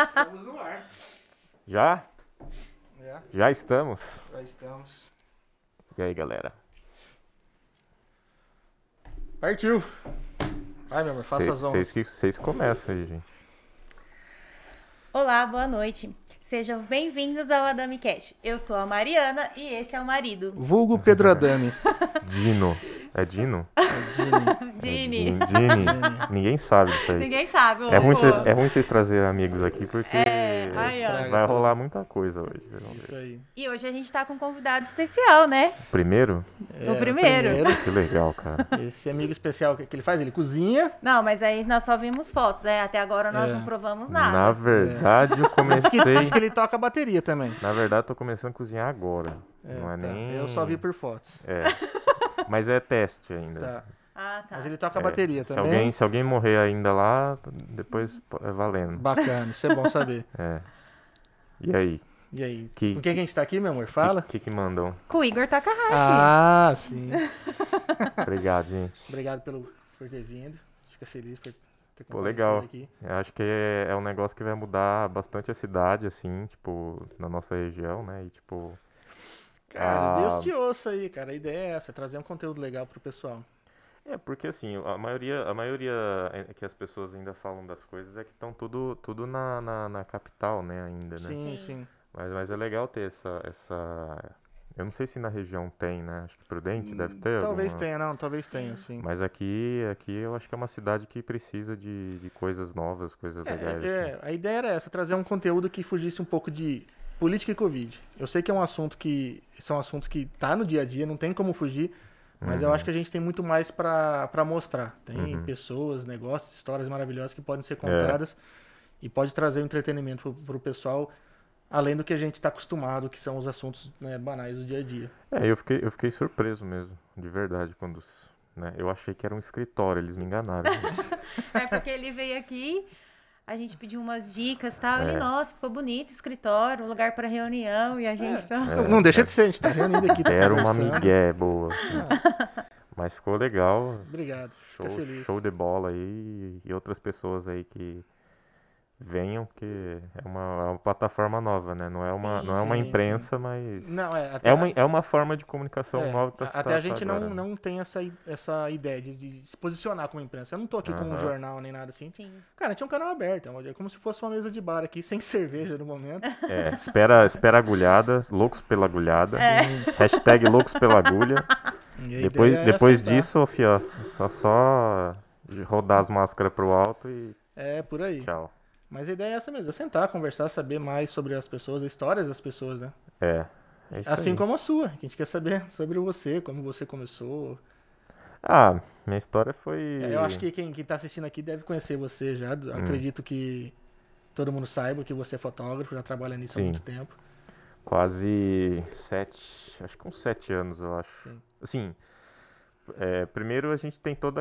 Estamos no ar. Já? É, Já estamos? já estamos. E aí, galera? Partiu. Vai, meu amor, faça as honras. Vocês começam aí, gente. Olá, boa noite. Sejam bem-vindos ao Adami Cash. Eu sou a Mariana e esse é o marido. Vulgo Pedro Adami. Dino. É Dino? Dini. Dini. Ninguém sabe disso aí. Ninguém sabe. É ruim vocês trazerem amigos aqui, porque Aí, ó. Estraga vai tudo. rolar muita coisa hoje. Vocês vão Isso ver. aí. E hoje a gente tá com um convidado especial, né? Primeiro? O primeiro. Que legal, cara. Esse amigo especial que ele faz, ele cozinha. Não, mas aí nós só vimos fotos, né? Até agora nós não provamos nada. Na verdade, eu Diz comecei... que ele toca bateria também. Na verdade, eu tô começando a cozinhar agora. Não é tá. nem... Eu só vi por fotos. É. Mas é teste ainda. Tá. Ah, tá. Mas ele toca É, bateria se também. alguém morrer ainda lá, depois é valendo. Bacana, isso é bom saber. É. E aí? E aí? Que- Com quem que a gente tá aqui, meu amor? Fala. O que mandam? Com o Igor Takahashi. Ah, sim. Obrigado, gente. Obrigado por ter vindo. Fica feliz por ter Pô, comparecido legal. aqui. Eu acho que é um negócio que vai mudar bastante a cidade, assim, tipo, na nossa região, né? E, tipo, Cara, Ah. Deus te ouça aí, cara. A ideia é essa, é trazer um conteúdo legal pro pessoal. porque assim, a maioria que as pessoas ainda falam das coisas é que estão tudo na capital, né, ainda, né? Sim, Sim. sim. Mas é legal ter essa... Eu não sei se na região tem, né? Acho que Prudente deve ter Talvez alguma... tenha, não, talvez tenha, sim. Mas aqui eu acho que é uma cidade que precisa de coisas novas, coisas legais. assim. A ideia era essa, trazer um conteúdo que fugisse um pouco de política e Covid. Eu sei que é um assunto que são assuntos que tá no dia a dia, não tem como fugir, mas eu acho que a gente tem muito mais pra mostrar. Tem pessoas, negócios, histórias maravilhosas que podem ser contadas e pode trazer um entretenimento pro pessoal, além do que a gente tá acostumado, que são os assuntos, né, banais do dia a dia. Eu fiquei surpreso mesmo, de verdade, quando... Né? Eu achei que era um escritório, eles me enganaram. É porque ele veio aqui, a gente pediu umas dicas e tal. É. Ele, nossa, ficou bonito, escritório, um lugar pra reunião. E a gente tá... Não deixa de ser, a gente tá reunido aqui, tá Era uma conversando. migué boa. assim. Mas ficou legal. Obrigado, fica feliz. Show de bola aí. E outras pessoas aí que venham, porque é uma plataforma nova, né? Não é uma, Sim, não é uma sim, imprensa, mas Não, é uma forma de comunicação nova que tá até a gente agora, né? não tem essa ideia de se posicionar como imprensa. Eu não tô aqui com um Aham. jornal nem nada assim. Sim. Cara, tinha um canal aberto, é como se fosse uma mesa de bar aqui, sem cerveja no momento. Espera a agulhada, loucos pela agulhada. É. Hashtag loucos pela agulha. E a Depois, ideia é depois sentar. disso, fio, só rodar as máscaras pro alto e É, por aí. tchau. Mas a ideia é essa mesmo, é sentar, conversar, saber mais sobre as pessoas, as histórias das pessoas, né? É isso Assim aí. como a sua, que a gente quer saber sobre você, como você começou. Ah, minha história foi... Eu acho que quem tá assistindo aqui deve conhecer você já. Acredito que todo mundo saiba que você é fotógrafo, já trabalha nisso há Sim. muito tempo. Quase 7, acho que uns 7 anos, eu acho. Sim. Assim, primeiro a gente tem toda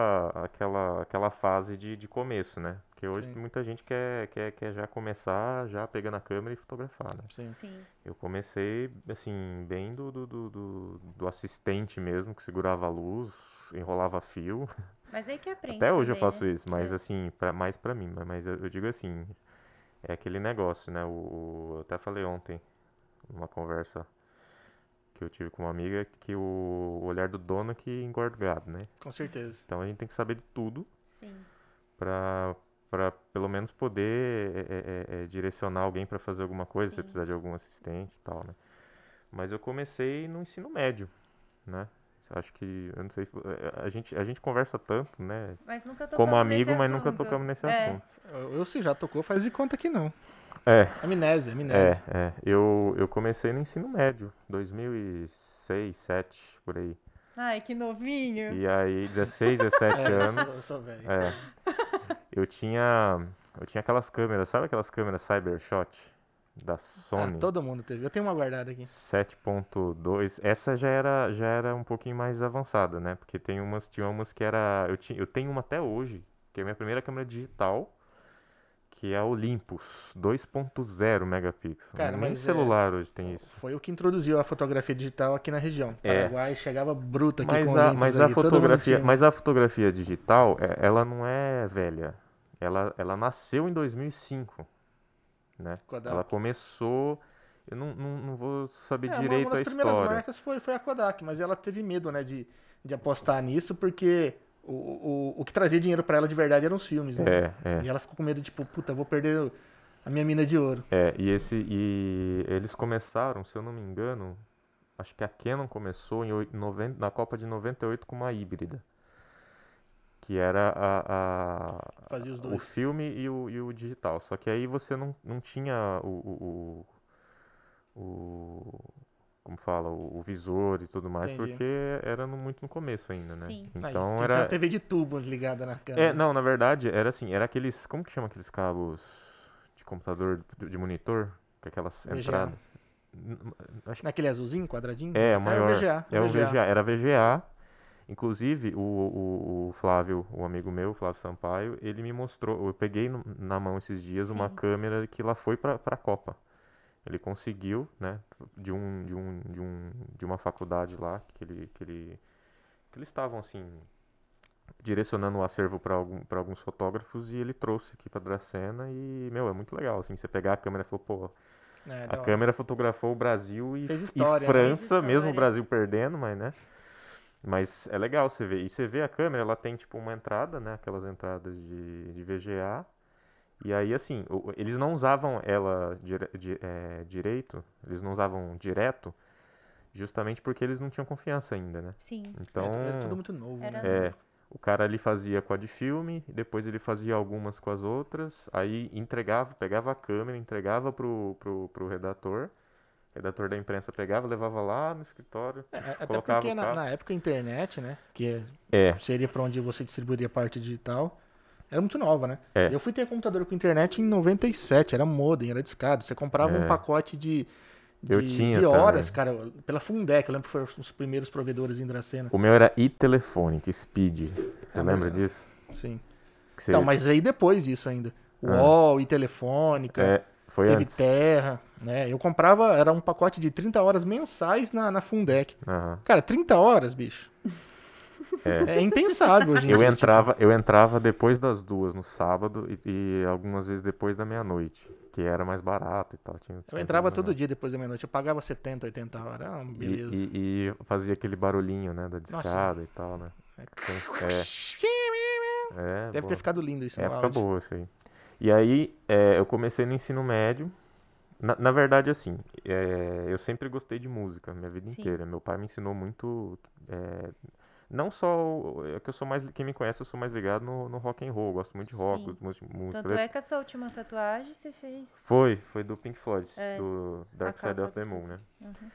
aquela fase de começo, né? Porque hoje Sim. muita gente quer já começar, já pegando a câmera e fotografar, né? Sim. Sim. Eu comecei, assim, bem do assistente mesmo, que segurava a luz, enrolava fio. Mas aí que aprende Até hoje eu também, faço né? isso, mas assim, mais pra mim. Mas eu digo assim, é aquele negócio, né? Eu até falei ontem, numa conversa que eu tive com uma amiga, que o olhar do dono é que engorda o gado, né? Com certeza. Então a gente tem que saber de tudo Sim. pra pelo menos poder direcionar alguém pra fazer alguma coisa, se Sim. você precisar de algum assistente e tal, né? Mas eu comecei no ensino médio, né? Acho que, eu não sei, a gente conversa tanto, né? Mas nunca tocamos Como amigo, nesse mas nunca assunto. tocamos nesse É. assunto. Eu se já tocou, faz de conta que não. É, Amnésia. eu comecei no ensino médio, 2006, 2007, por aí. Ai, que novinho. E aí, 16, 17 anos, Eu sou velho. eu tinha aquelas câmeras, sabe aquelas câmeras Cybershot da Sony? Todo mundo teve. Eu tenho uma guardada aqui. 7.2, essa já era um pouquinho mais avançada, né? Porque tinha umas que era, eu tenho uma até hoje, que é a minha primeira câmera digital, que é a Olympus, 2.0 megapixels. Cara, Nem mas celular hoje tem isso. Foi o que introduziu a fotografia digital aqui na região. Paraguai chegava bruto aqui com Olympus Mas aí. Todo mundo tinha um. a fotografia digital, ela não é velha. Ela nasceu em 2005. né? Kodak. Ela começou... Eu não vou saber Uma direito das a primeiras história. marcas foi a Kodak, mas ela teve medo, né, de apostar nisso, porque o que trazia dinheiro pra ela de verdade eram os filmes, né? E ela ficou com medo, tipo, puta, vou perder a minha mina de ouro. E eles começaram, se eu não me engano, acho que a Canon começou na Copa de 98 com uma híbrida. Que era Fazia os o dois. filme e o digital. Só que aí você não tinha como fala, o visor e tudo mais, Entendi. porque era muito no começo ainda, né? Sim. Então Tinha que ser uma era... TV de tubo ligada na câmera. Não, na verdade, era assim, era aqueles, como que chama aqueles cabos de computador, de monitor? Com aquelas VGA. entradas? N- Acho que Naquele azulzinho, quadradinho? é, o Era o maior. VGA. É o VGA, era VGA. Inclusive, o Flávio, o amigo meu, o Flávio Sampaio, ele me mostrou, eu peguei na mão esses dias uma Sim. câmera que lá foi pra Copa. Ele conseguiu, né, de uma faculdade lá, que eles estavam, assim, direcionando o acervo para alguns fotógrafos, e ele trouxe aqui pra Dracena e, meu, é muito legal, assim, você pegar a câmera e falar, pô, a Da hora. câmera fotografou o Brasil Fez e história, né? França, Fez mesmo o história. Brasil perdendo, mas, né? Mas é legal você ver. E você vê a câmera, ela tem tipo uma entrada, né? Aquelas entradas de VGA. E aí, assim, eles não usavam ela direito, eles não usavam direto, justamente porque eles não tinham confiança ainda, né? Sim. Então, Era tudo muito novo, Era né? novo. o cara ali fazia com a de filme, depois ele fazia algumas com as outras, aí entregava, pegava a câmera, entregava pro redator. O redator da imprensa pegava, levava lá no escritório, Até colocava porque o carro. na época a internet, né? Que É, seria pra onde você distribuiria a parte digital, era muito nova, né? é, Eu fui ter computador com internet em 97, era modem, era discado. Você comprava um é. pacote Eu tinha de horas, também. cara, pela Fundec. Eu lembro que foi os primeiros provedores em Dracena. O meu era iTelefônica, Speed. Você Ah, lembra disso? sim. Que Então, você... mas veio depois disso ainda. Ah, UOL e Telefônica, foi teve antes. Terra, né? Eu comprava, era um pacote de 30 horas mensais na Fundec. Aham. Cara, 30 horas, bicho. É impensável hoje em dia. Tipo, Eu entrava depois das 2 no sábado e algumas vezes depois da meia-noite, que era mais barato e tal. eu Tinha entrava todo todo dia depois da meia-noite. Eu pagava 70, 80 horas. Ah, beleza. e fazia aquele barulhinho, né, da Nossa. discada e tal, né? Deve ter ficado lindo isso no Época áudio. boa isso aí. E aí, eu comecei no ensino médio. Na verdade, assim, eu sempre gostei de música, minha vida Sim. inteira. Meu pai me ensinou muito. Não só. É que eu sou mais. Quem me conhece, eu sou mais ligado no rock and roll. Eu gosto muito de rock, Sim. gosto muito de música. Tanto é que essa última tatuagem você fez Foi do Pink Floyd, É, do Dark a Side capa of the do Moon, né? Uhum.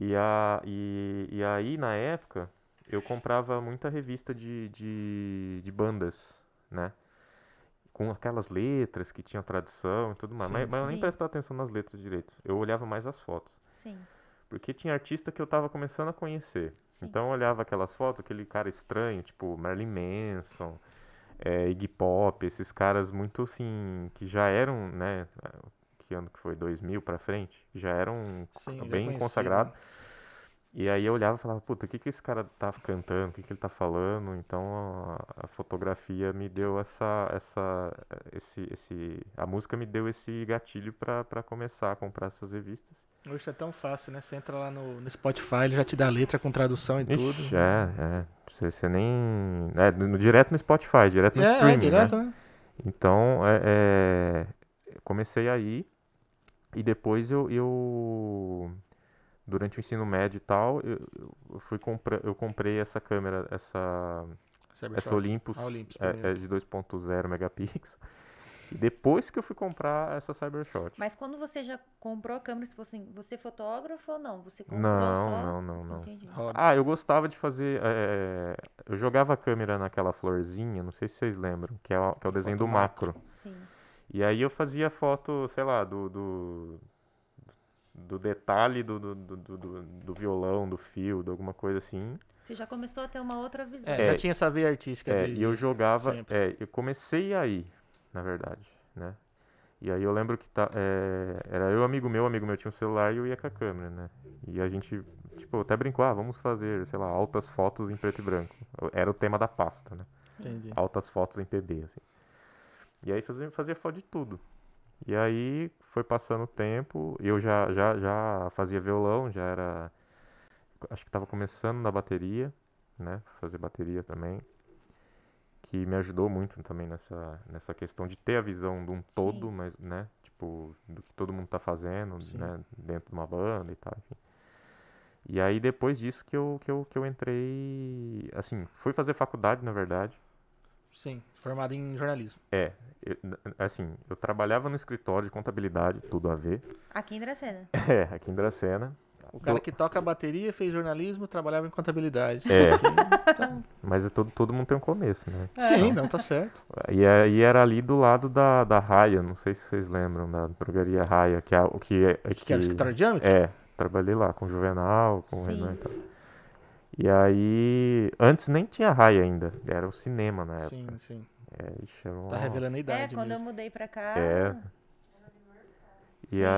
E aí, na época, eu comprava muita revista de bandas, né? Com aquelas letras que tinham tradução e tudo mais. Sim, Mas eu nem sim. prestava atenção nas letras direito. Eu olhava mais as fotos. Sim. Porque tinha artista que eu tava começando a conhecer. Sim. Então eu olhava aquelas fotos, aquele cara estranho, tipo Marilyn Manson, Iggy Pop, esses caras muito assim, que já eram, né? Que ano que foi? 2000 pra frente? Já eram Sim, já bem conhecia, consagrados. né? E aí eu olhava e falava, puta, o que esse cara tá cantando? O que ele tá falando? Então a fotografia me deu a música me deu esse gatilho pra começar a comprar essas revistas. Hoje é tão fácil, né? Você entra lá no Spotify, ele já te dá a letra com tradução e tudo. Ixi, você nem... direto no Spotify, direto no streaming, direto, né? né? Então, comecei aí e depois durante o ensino médio e tal, eu comprei essa câmera, essa Cybershot. Olympus, Olympus primeiro. de 2.0 megapixels. E depois que eu fui comprar essa Cybershot. Mas quando você já comprou a câmera, se você é fotógrafo ou não? Você comprou Não, só? não. Entendi. Hobby. Eu gostava de fazer. Eu jogava a câmera naquela florzinha, não sei se vocês lembram, que é o desenho Foto do macro. Sim. E aí eu fazia foto, sei lá, do detalhe do violão, do fio, de alguma coisa assim. Você já começou a ter uma outra visão. Já tinha essa veia artística desde E eu jogava. sempre. Eu comecei aí, na verdade, né? E aí eu lembro que era eu, amigo meu tinha um celular e eu ia com a câmera, né? E a gente, tipo, até brincou, vamos fazer, sei lá, altas fotos em preto e branco. Era o tema da pasta, né? Entendi. Altas fotos em PB, assim. E aí fazia foto de tudo. E aí foi passando o tempo, eu já fazia violão, já era, acho que estava começando na bateria, né? Fazer bateria também, que me ajudou muito também nessa questão de ter a visão de um todo, Sim. mas, né? Tipo, do que todo mundo tá fazendo, Sim. né? Dentro de uma banda e tal, enfim. E aí depois disso que eu entrei, assim, fui fazer faculdade, na verdade. Sim, formado em jornalismo. É, assim, eu trabalhava no escritório de contabilidade, tudo a ver. Aqui em Dracena. É, aqui em Dracena. O cara Do- que toca a bateria, fez jornalismo, trabalhava em contabilidade. É, Então, mas todo mundo tem um começo, né? sim, Então, não, tá certo. e aí era ali do lado da Raia, não sei se vocês lembram, da drogaria Raia, que é o que Que era o escritório de diâmetro? trabalhei lá com o Juvenal, com o Renan e Sim. tal. E aí, antes nem tinha Raia ainda, era o cinema na Sim, época. sim. Ixi, era Tá uma... revelando a É, idade quando eu mesmo. mudei pra É, cá. e Sim.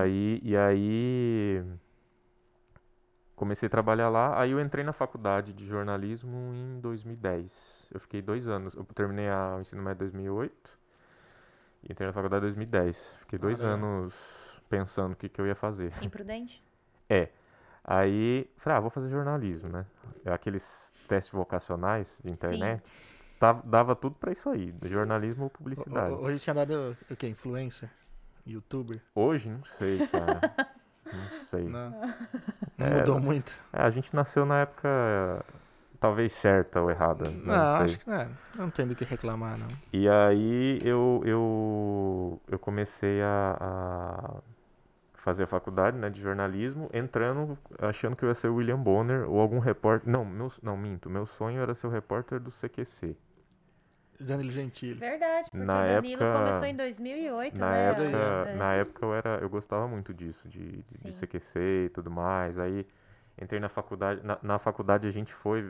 aí comecei a trabalhar lá, aí eu entrei na faculdade de jornalismo em 2010. Eu fiquei 2 anos, eu terminei o ensino médio em 2008 e entrei na faculdade em 2010. Fiquei Ah, dois legal. anos pensando o que que eu ia fazer. Imprudente? É, aí falei, vou fazer jornalismo, né? Aqueles testes vocacionais de Sim. internet, dava tudo pra isso aí, jornalismo ou publicidade. Hoje tinha dado o quê? Influencer? YouTuber? Hoje, não sei, cara, não sei. Não. Não É, mudou muito. a gente nasceu na época talvez certa ou errada, né? Não Não, sei. acho que não tem do que reclamar, não. E aí eu comecei a fazer a faculdade, né, de jornalismo, entrando achando que eu ia ser o William Bonner ou algum repórter. Não, não, minto. Meu sonho era ser o repórter do CQC. Danilo Gentili. Verdade, porque Na o Danilo começou época, em 2008, na né? Por aí, ó. época, na época eu gostava muito disso, de Sim. CQC e tudo mais. Aí entrei na faculdade. Na faculdade a gente foi,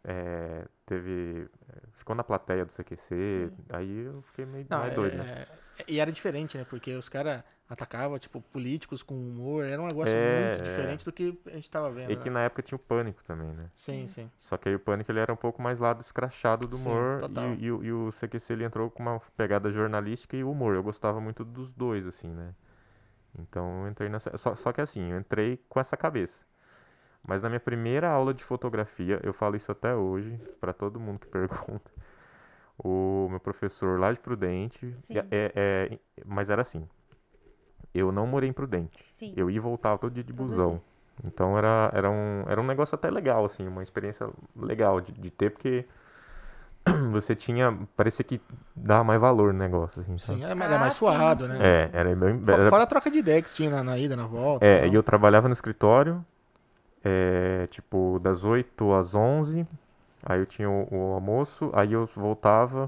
ficou na plateia do CQC. Sim. Aí eu fiquei meio Não, mais doido, né? e era diferente, né? Porque os caras atacavam, tipo, políticos com humor. Era um negócio muito É, diferente do que a gente tava E vendo, que né? na época tinha o Pânico também, né? Sim, Sim. sim. Só que aí o Pânico ele era um pouco mais lado escrachado do Sim, humor total. e o CQC ele entrou com uma pegada jornalística e humor. Eu gostava muito dos dois, assim, né? Então eu entrei nessa. Só que assim, eu entrei com essa cabeça. Mas na minha primeira aula de fotografia, eu falo isso até hoje, pra todo mundo que pergunta. O meu professor lá de Prudente, Sim. mas era assim, eu não morei em Prudente. Sim. Eu ia e voltava todo dia de Todo busão. dia. Então era um negócio até legal, assim, uma experiência legal de ter, porque você tinha, parecia que dava mais valor no negócio, assim, sabe? Sim, era Ah, mais sim, suado, sim, né? É, sim. era bem, Fora a troca de ideia que tinha na ida, na volta e e tal. eu trabalhava no escritório, tipo, das 8 às 11, aí eu tinha o almoço, aí eu voltava,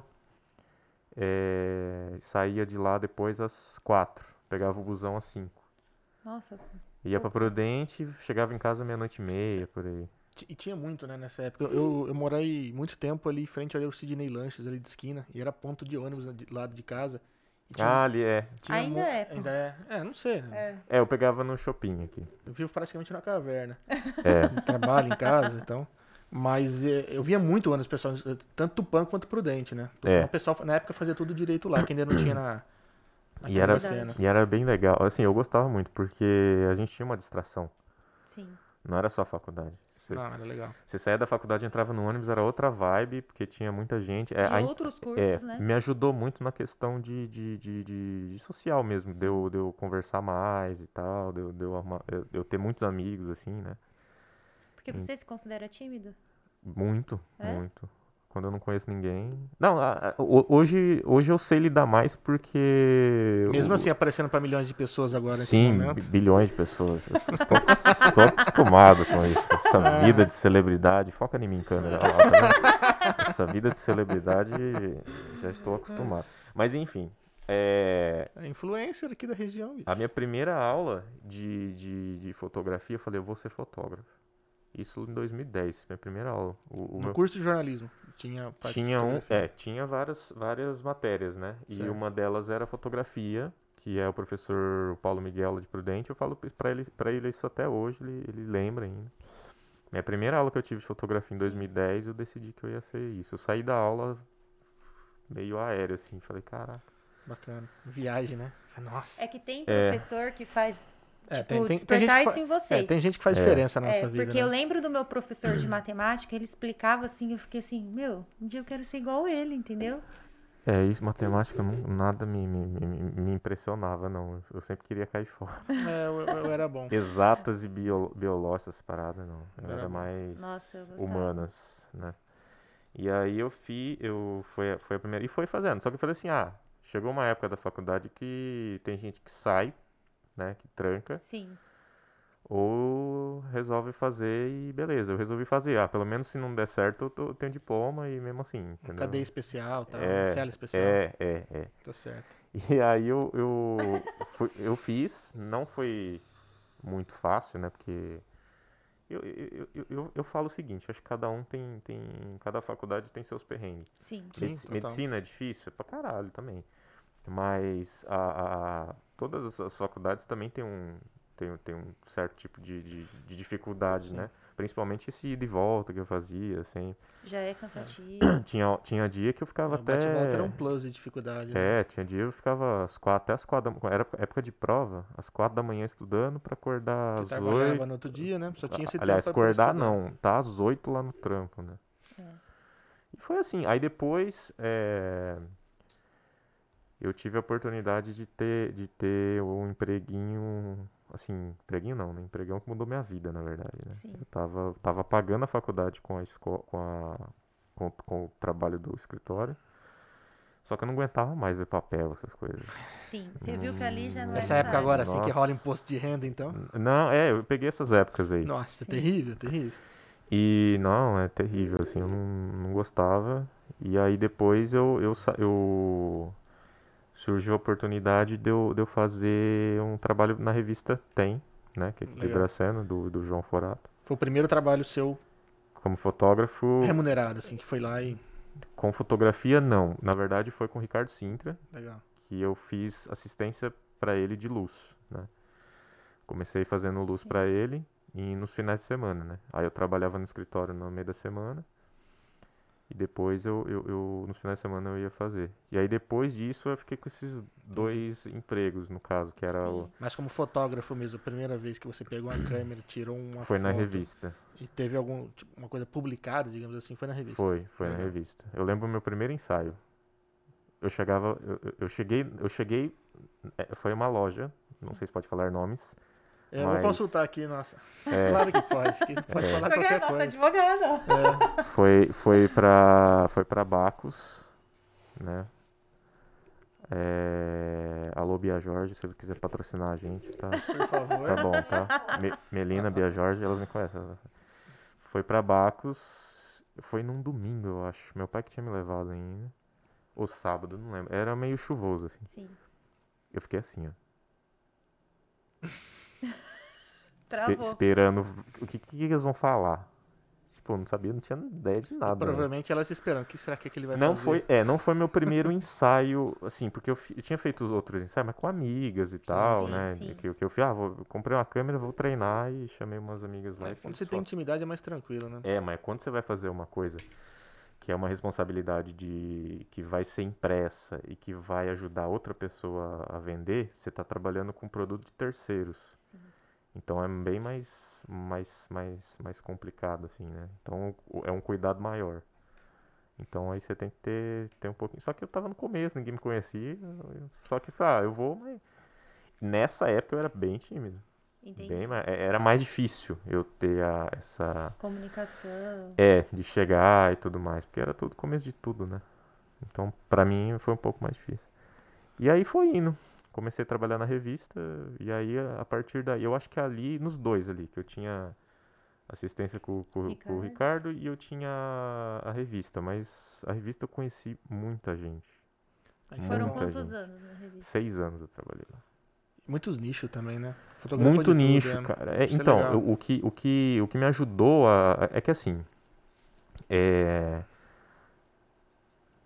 saía de lá depois às 4, pegava o busão às 5. Nossa, Ia pra pouco tempo. Prudente, chegava em casa meia-noite e meia, por aí. E tinha muito, né, nessa época. Eu morei muito tempo ali em frente ao Sidney Lanches, ali de esquina. E era ponto de ônibus do lado de casa. E tinha, Ah, ali é. tinha Ainda é, ainda é. Não sei. Né? É. Eu pegava no shopping aqui. Eu vivo praticamente na caverna. É, Trabalho em casa, então. Mas eu via muito ônibus, pessoal, tanto Tupã quanto Prudente, né? Tupã, é. o pessoal na época fazia tudo direito lá, que ainda não tinha E aqui Na em era, Dracena. cidade. e era bem legal. Assim, eu gostava muito, porque a gente tinha uma distração. Sim. Não era só a faculdade. Você, Não, era legal. você saía da faculdade e entrava no ônibus, era outra vibe, porque tinha muita gente. De outros cursos, né? Me ajudou muito na questão de social mesmo, de eu conversar mais e tal, de eu ter muitos amigos, assim, né? Porque você se considera tímido? Muito, É? muito. Quando eu não conheço ninguém. Não, hoje eu sei lidar mais porque. Mesmo assim, aparecendo pra milhões de pessoas agora nesse Sim, momento. bilhões de pessoas. Estou acostumado com isso. Essa vida de celebridade. Foca em mim, câmera. Lá, tá vendo? Essa vida de celebridade já estou acostumado. Mas enfim. É influencer aqui da região, bicho. A minha primeira aula de fotografia, eu falei, eu vou ser fotógrafo. Isso em 2010, minha primeira aula. O No meu curso de jornalismo. Tinha parte de fotografia. tinha várias matérias, né? E Certo. uma delas era fotografia, que é o professor Paulo Miguel de Prudente. Eu falo pra ele isso até hoje, ele lembra ainda. Minha primeira aula que eu tive de fotografia em 2010, eu decidi que eu ia ser isso. Eu saí da aula meio aéreo, assim, falei, caraca. Bacana. Viagem, né? Nossa. É que tem professor que faz, tipo, tem despertar gente isso em você. tem gente que faz diferença na nossa vida, porque né? eu lembro do meu professor de matemática, ele explicava assim, eu fiquei assim, meu, um dia eu quero ser igual ele, entendeu? Isso, matemática, nada me impressionava, não. Eu sempre queria cair fora. Eu era bom. Exatas e biológicas, essas paradas, não. Eu Era era bom. mais Nossa, eu gostava. humanas, né? E aí foi a primeira, e foi fazendo. Só que eu falei assim, chegou uma época da faculdade que tem gente que sai, né, que tranca, Sim. ou resolve fazer e beleza. Eu resolvi fazer, pelo menos se não der certo, eu tenho diploma e mesmo assim, entendeu? Cadeia especial, tal, É, cela especial. é. Tá certo. E aí eu fiz, não foi muito fácil, né? Porque eu falo o seguinte, acho que cada faculdade tem seus perrengues. Sim. Sim, total. Medicina é difícil? É pra caralho também. Mas todas as faculdades também tem um certo tipo de dificuldade, Sim. né? Principalmente esse ida e volta que eu fazia, assim. Já é cansativo. Tinha dia que eu ficava O bate-volta era até... um plus de dificuldade, né? Tinha dia eu ficava até as 4 da manhã. Era época de prova, às 4 da manhã estudando pra acordar Você às trabalhava 8. no outro dia, né? Só tinha esse Aliás, tempo pra acordar estudar. não, tá às 8 lá no trampo, né? E foi assim. Aí depois eu tive a oportunidade de ter um empreguinho. Assim, empreguinho não, né? Empregão que mudou minha vida, na verdade, né? Sim. Eu tava pagando a faculdade com a escola, com o trabalho do escritório. Só que eu não aguentava mais ver papel, essas coisas. Sim. Você viu que ali já não era Nessa época agora, assim, que Nossa. rola imposto de renda, então. Não, eu peguei essas épocas aí. Nossa, terrível, terrível. E não, é terrível, assim, eu não gostava. E aí depois surgiu a oportunidade de eu fazer um trabalho na revista Tem, né? Que é aqui de Legal. Dracena, do João Forato. Foi o primeiro trabalho seu Como fotógrafo, remunerado, assim, que foi lá e... com fotografia não. Na verdade foi com o Ricardo Sintra, Legal. que eu fiz assistência pra ele de luz, né? Comecei fazendo luz pra ele e nos finais de semana, né? Aí eu trabalhava no escritório no meio da semana e depois nos finais de semana eu ia fazer. E aí depois disso eu fiquei com esses dois empregos, no caso, que era Sim. Mas como fotógrafo mesmo, a primeira vez que você pegou uma câmera, tirou uma foi foto... na revista. E teve uma coisa publicada, digamos assim, foi na revista. Foi na Legal. revista. Eu lembro o meu primeiro ensaio. Eu cheguei, foi uma loja, não sei se pode falar nomes. Eu vou Mas- consultar aqui, nossa. Claro que pode. Que pode falar qualquer Nossa, coisa. advogada. Foi pra Bacos, né? Alô, Bia Jorge, se você quiser patrocinar a gente, tá, Por favor. tá bom, tá? Melina, Bia Jorge, elas me conhecem. Foi pra Bacos, foi num domingo, eu acho. Meu pai que tinha me levado ainda. Ou sábado, não lembro. Era meio chuvoso, assim. Sim. Eu fiquei assim, ó. Travou. Esperando o que eles vão falar. Tipo, eu não sabia, não tinha ideia de nada. Né? Provavelmente ela se esperando. O que será que ele vai Não fazer? não foi meu primeiro ensaio, assim, porque eu tinha feito os outros ensaios, mas com amigas e tal, sim, né? sim. Que eu fiz, comprei uma câmera, vou treinar e chamei umas amigas lá e Quando fiz você tem foto. intimidade é mais tranquilo, né? Mas quando você vai fazer uma coisa que é uma responsabilidade que vai ser impressa e que vai ajudar outra pessoa a vender, você está trabalhando com produto de terceiros. Sim. Então é bem mais complicado, assim, né? Então é um cuidado maior. Então aí você tem que ter um pouquinho. Só que eu tava no começo, ninguém me conhecia. Só que eu vou, mas. Nessa época eu era bem tímido. Entendi. Era mais difícil eu ter essa. Comunicação. De chegar e tudo mais. Porque era tudo começo de tudo, né? Então pra mim foi um pouco mais difícil. E aí foi indo. Comecei a trabalhar na revista. E aí a partir daí. Eu acho que ali, nos dois ali, que eu tinha assistência com o Ricardo e eu tinha a revista. Mas a revista eu conheci muita gente. Aí Foram Muita quantos gente. anos na revista? 6 anos eu trabalhei lá. Muitos nichos também, né? Fotografia Muito de tudo, nicho, né? cara. Isso é Então, legal. o que me ajudou é que assim.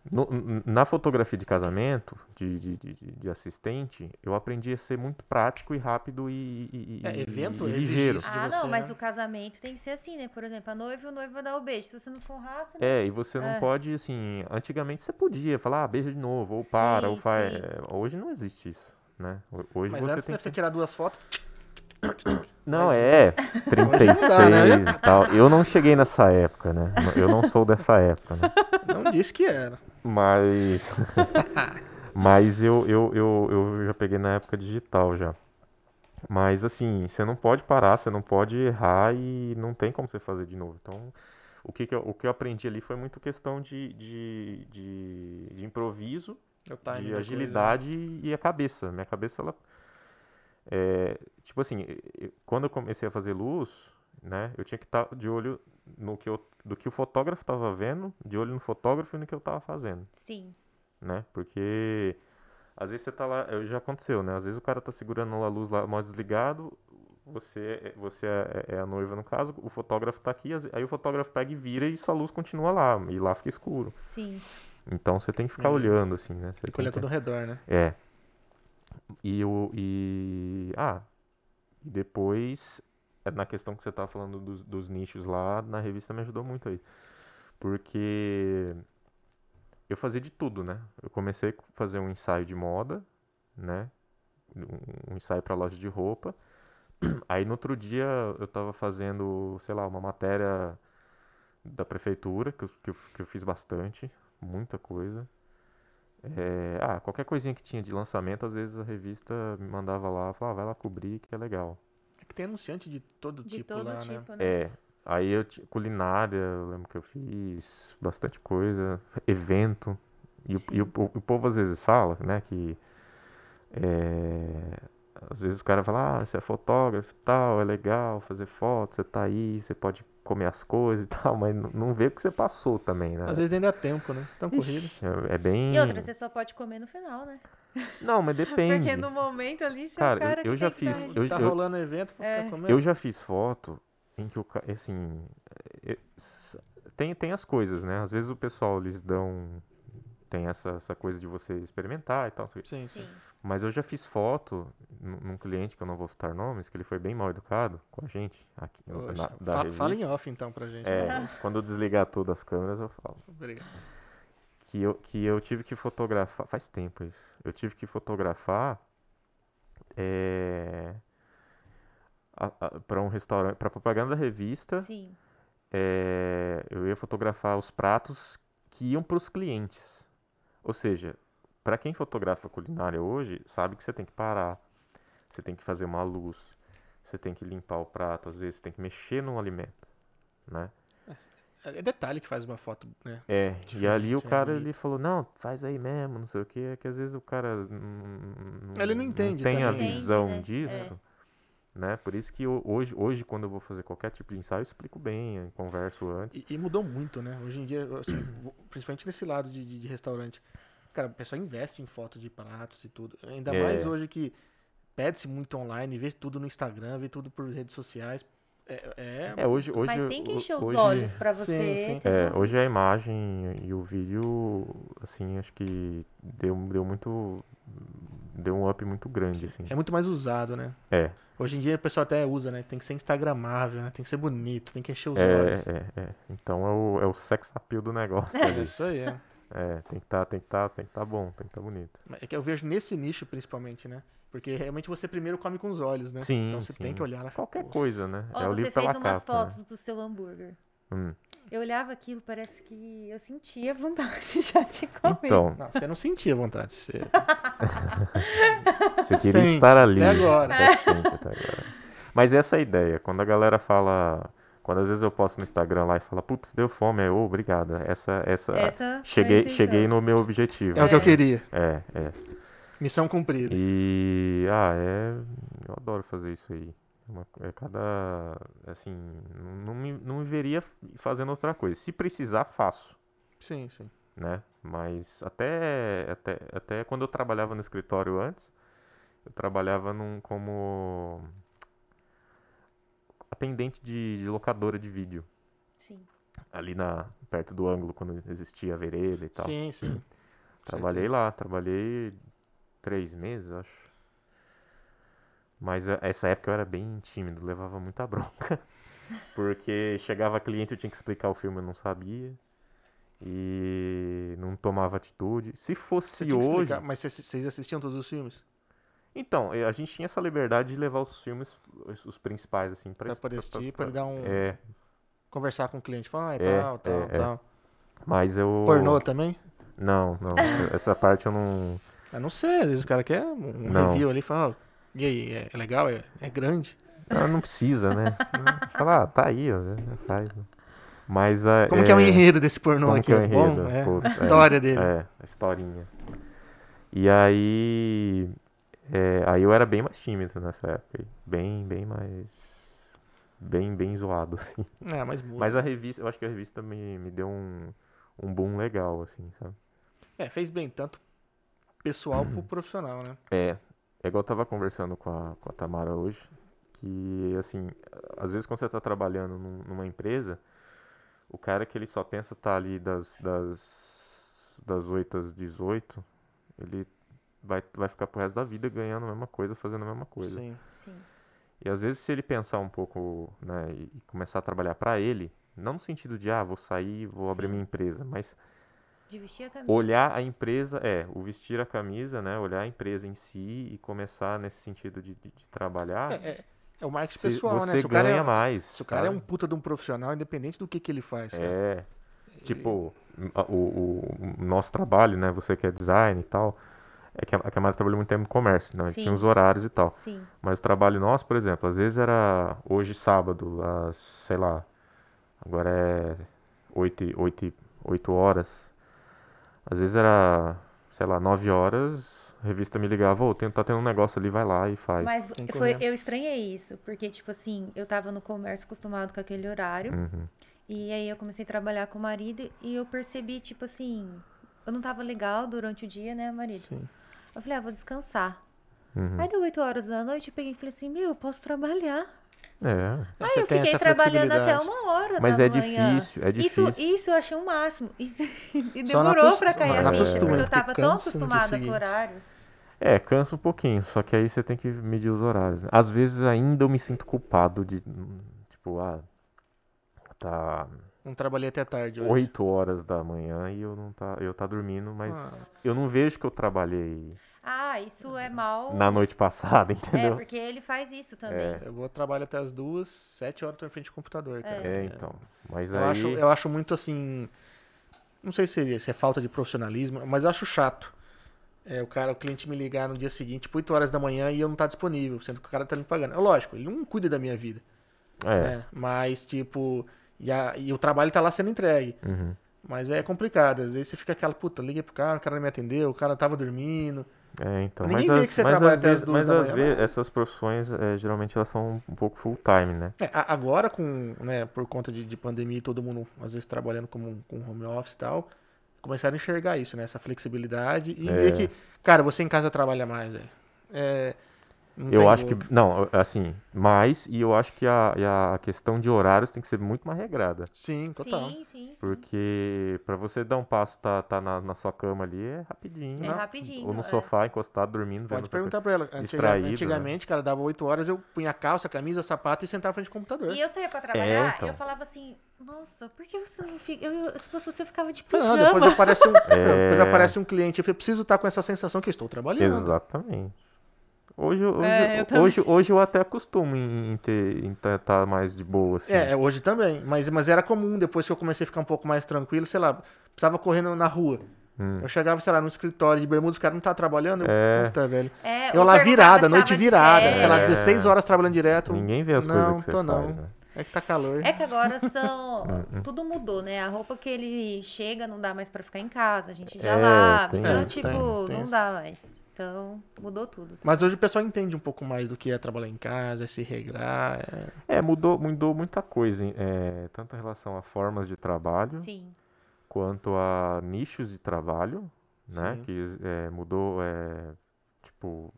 Na fotografia de casamento, de assistente, eu aprendi a ser muito prático e rápido Evento e exige ligeiro. isso de Ah, você, não, mas né? o casamento tem que ser assim, né? Por exemplo, a noiva e o noivo vai dar o beijo. Se você não for rápido. E você não pode, assim, antigamente você podia falar, beija de novo, ou para, ou Sim, faz. sim. Hoje não existe isso, né? Hoje Mas você antes, tem né, pra você que. tirar 2 fotos, Não, mais uma. Hoje já não dá, né? Hoje 36 e tal. Eu não cheguei nessa época, né? Eu não sou dessa época, né? não disse que era. Mas. Mas eu já peguei na época digital já. Mas assim, você não pode parar, você não pode errar e não tem como você fazer de novo. Então, o que eu aprendi ali foi muito questão de improviso, É o time de da coisa, né? agilidade e a cabeça. Minha cabeça, ela. Tipo assim, quando eu comecei a fazer luz, né, eu tinha que estar de olho do que o fotógrafo estava vendo, de olho no fotógrafo e no que eu estava fazendo, Sim. né? Porque às vezes você tá lá, já aconteceu, né? Às vezes o cara tá segurando a luz lá, modo desligado, você é a noiva no caso, o fotógrafo tá aqui, aí o fotógrafo pega e vira e sua luz continua lá, e lá fica escuro. Sim. Então você tem que ficar É, olhando, assim, né? Você tem que tem olhar que... tudo ao redor, né? É. E depois, na questão que você tava falando dos nichos lá, na revista me ajudou muito aí. Porque eu fazia de tudo, né? Eu comecei a fazer um ensaio de moda, né? Um ensaio para loja de roupa. Aí no outro dia eu tava fazendo, sei lá, uma matéria da prefeitura, que eu fiz bastante, muita coisa. Qualquer coisinha que tinha de lançamento, às vezes a revista me mandava lá, falava, vai lá cobrir que é legal. É que tem anunciante de todo De tipo todo lá, né? tipo, né? Aí culinária, eu lembro que eu fiz bastante coisa, evento. Sim. O povo às vezes fala, né, que é, às vezes o cara fala, você é fotógrafo e tal, é legal fazer foto, você tá aí, você pode comer as coisas e tal, mas não vê o que você passou também, né? Às vezes nem dá tempo, né? Tão corrido. Ixi, é E outra, bem. você só pode comer no final, né? Não, mas Porque depende. no momento ali, você é o Cara, cara que eu já tem que estar fiz. Tá registrando. rolando evento pra ficar É. Eu comendo. já fiz foto em que assim, é, tem as coisas, né? Às vezes o pessoal eles dão tem essa coisa de você experimentar e tal. Sim, sim. Sim. Mas eu já fiz foto num cliente que eu não vou citar nomes, que ele foi bem mal educado com a gente aqui Poxa, da fala em revista. off então pra gente, É, talvez. quando eu desligar todas as câmeras eu falo. Obrigado. Que eu tive que fotografar, faz tempo isso. Eu tive que fotografar é, para um restaurante, para propaganda da revista. Sim. Eu ia fotografar os pratos que iam para os clientes. Ou seja, para quem fotografa culinária hoje, sabe que você tem que parar, você tem que fazer uma luz, você tem que limpar o prato, às vezes você tem que mexer no alimento, né? É detalhe que faz uma foto, né? E ali o Diferente, cara ele bonita. falou, não, faz aí mesmo, não sei o que, é que às vezes o cara Ele não não entende tem a também, né? Entende, visão né? É. disso, né? Por isso que hoje quando eu vou fazer qualquer tipo de ensaio, eu explico bem, eu converso antes. E mudou muito, né? Hoje em dia, assim, principalmente nesse lado de restaurante. Cara, o pessoal investe em foto de pratos e tudo. Ainda mais É, hoje que pede-se muito online, vê tudo no Instagram, vê tudo por redes sociais. hoje, Mas tem que encher os hoje, olhos pra Sim, você, sim. entendeu? hoje a imagem e o vídeo, assim, acho que deu um up muito grande, assim. É muito mais usado, né? É, Hoje em dia o pessoal até usa, né? Tem que ser instagramável, né? Tem que ser bonito, tem que encher os olhos. Então é o sex appeal do negócio É ali. isso aí, é. Tem que tá bom, tem que tá bonito. É que eu vejo nesse nicho principalmente, né? Porque realmente você primeiro come com os olhos, né? Sim, Então você tem que sim. olhar lá. Qualquer Poxa. coisa, né? Ó, É o você livro fez pela umas capa, né? fotos do seu hambúrguer. Hum. Eu olhava aquilo, parece que eu sentia vontade já de comer. Então, Não, você não sentia vontade. Você você queria sente, estar ali. até agora. Até sente até agora. Mas essa é a ideia. Quando a galera fala. Quando às vezes eu posto no Instagram lá e fala, putz, deu fome, obrigado. Essa foi a intenção. Cheguei no meu objetivo. É o que eu queria. É. Missão cumprida. Eu adoro fazer isso aí. Assim, não me veria fazendo outra coisa. Se precisar, faço, Sim, sim. né? Mas até quando eu trabalhava no escritório antes, eu trabalhava como atendente de locadora de vídeo. Sim. ali perto do ângulo, quando existia a vereda e tal. Sim, sim. Trabalhei certeza. lá, trabalhei 3 meses, acho. Mas essa época eu era bem tímido, levava muita bronca. Porque chegava cliente, eu tinha que explicar o filme, eu não sabia. E não tomava atitude. Se Você fosse tinha que explicar, hoje. mas vocês assistiam todos os filmes? Então, a gente tinha essa liberdade de levar os filmes, os principais, assim, Pra poder assistir, pra ele dar um. É, Conversar com o cliente, falar, é, tal, é, tal, é. tal. Mas Pornô eu. também? Não, não. Essa parte eu não. Eu não sei, às vezes o cara quer um Não. review ali e fala, ó, e aí, é legal? É grande? Não, não precisa, né? Fala, tá aí, ó, faz. Mas Como que é o enredo desse pornô como aqui? que é o É bom? enredo? É, Pô, a história dele. a historinha. E aí. Aí eu era bem mais tímido nessa época. Bem mais. Bem zoado, assim. Mas muda. Mas a revista, eu acho que a revista me deu um boom legal, assim, sabe? Fez bem, tanto pessoal pro profissional, né? É igual eu tava conversando com a Tamara hoje, que, assim, às vezes quando você tá trabalhando numa empresa, o cara que ele só pensa tá ali das 8 às 18, ele vai ficar pro resto da vida ganhando a mesma coisa, fazendo a mesma coisa. Sim. Sim. E às vezes se ele pensar um pouco, né, e começar a trabalhar pra ele, não no sentido de, vou sair, vou abrir Sim. minha empresa, mas De vestir a camisa. olhar a empresa, o vestir a camisa, né, olhar a empresa em si e começar nesse sentido de trabalhar, É o marketing pessoal, né? você Se o cara ganha mais, se o cara é um sabe? puta de um profissional, independente do que ele faz, cara. Tipo, o nosso trabalho, né, você que é design e tal, é que a Mara trabalhou muito tempo no comércio, né, a gente tinha os Sim. horários e tal. Sim. Mas o trabalho nosso, por exemplo, às vezes era hoje sábado, às, sei lá, agora é 8 horas. Às vezes era, sei lá, 9 horas, a revista me ligava, tá tendo um negócio ali, vai lá e faz. Mas Tem que correr. eu estranhei isso, porque, tipo assim, eu tava no comércio acostumado com aquele horário, Uhum. e aí eu comecei a trabalhar com o marido, e eu percebi, tipo assim, eu não tava legal durante o dia, né, marido? Sim. Eu falei, vou descansar. Uhum. Aí deu 8 horas da noite, eu peguei e falei assim, eu posso trabalhar. Aí Você eu tem fiquei essa trabalhando até flexibilidade. 1 hora Mas da é manhã. difícil, é difícil. Isso eu achei o máximo. E Só na demorou cos- pra cair na a ficha, costura, porque eu porque tava tão cansa no dia acostumada com o seguinte. horário. Cansa um pouquinho, só que aí você tem que medir os horários, né? Às vezes ainda eu me sinto culpado de, tipo, tá Não trabalhei até tarde hoje. 8 horas da manhã e eu tá dormindo, mas eu não vejo que eu trabalhei Isso é mal. na noite passada, É, entendeu? porque ele faz isso também. Eu vou trabalhar até as 2, 7 horas tô em frente ao computador, cara. Então. Mas Eu aí. acho muito assim. Não sei se é falta de profissionalismo, mas eu acho chato. O cliente me ligar no dia seguinte, tipo 8 horas da manhã, e eu não tá disponível, sendo que o cara tá me pagando. Lógico, ele não cuida da minha vida. Né? Mas, tipo. E o trabalho tá lá sendo entregue. Uhum. Mas é complicado. Às vezes você fica aquela, puta, liguei pro cara, o cara não me atendeu, o cara tava dormindo. Então. Ninguém vê que você trabalha até as 2 da Mas às manhã. vezes essas profissões, geralmente elas são um pouco full time, né? Agora, né, por conta de pandemia e todo mundo, às vezes, trabalhando com home office e tal, começaram a enxergar isso, né? Essa flexibilidade e ver que, cara, você em casa trabalha mais, velho. Não Eu tem acho boca. que. Não, assim, e eu acho que a questão de horários tem que ser muito mais regrada. Sim, total. Sim. Porque pra você dar um passo, tá na sua cama ali, é rapidinho. É rapidinho. Ou no sofá, encostado, dormindo, Pode vendo perguntar pra ela. distraído, Antigamente, cara, dava 8 horas, eu punha calça, camisa, sapato e sentava em frente ao computador. E eu saía pra trabalhar então. e eu falava assim, nossa, por que você não fica. Se fosse você, eu ficava de Não, pijama. depois aparece um cliente. Eu falei, preciso estar com essa sensação que eu estou trabalhando. Exatamente. Hoje eu hoje eu até acostumo em tá mais de boa, assim. Hoje também. Mas era comum, depois que eu comecei a ficar um pouco mais tranquilo, sei lá, precisava correndo na rua. Eu chegava, sei lá, no escritório de bermuda, os caras não estavam trabalhando. Puta, velho. Eu ou lá perguntava virada, se noite tava de virada, sei lá, férias. 16 horas trabalhando direto. Ninguém vê as não, coisas que você tô faz, não. né? É que tá calor. É que agora tudo mudou, né? A roupa que ele chega não dá mais pra ficar em casa, a gente já lava. tem Então, isso, tipo, tem não isso. dá mais. Então, mudou tudo. Mas hoje o pessoal entende um pouco mais do que é trabalhar em casa, é se regrar. Mudou muita coisa, hein? Tanto em relação a formas de trabalho, Sim. quanto a nichos de trabalho, né? Sim. Que mudou, tipo,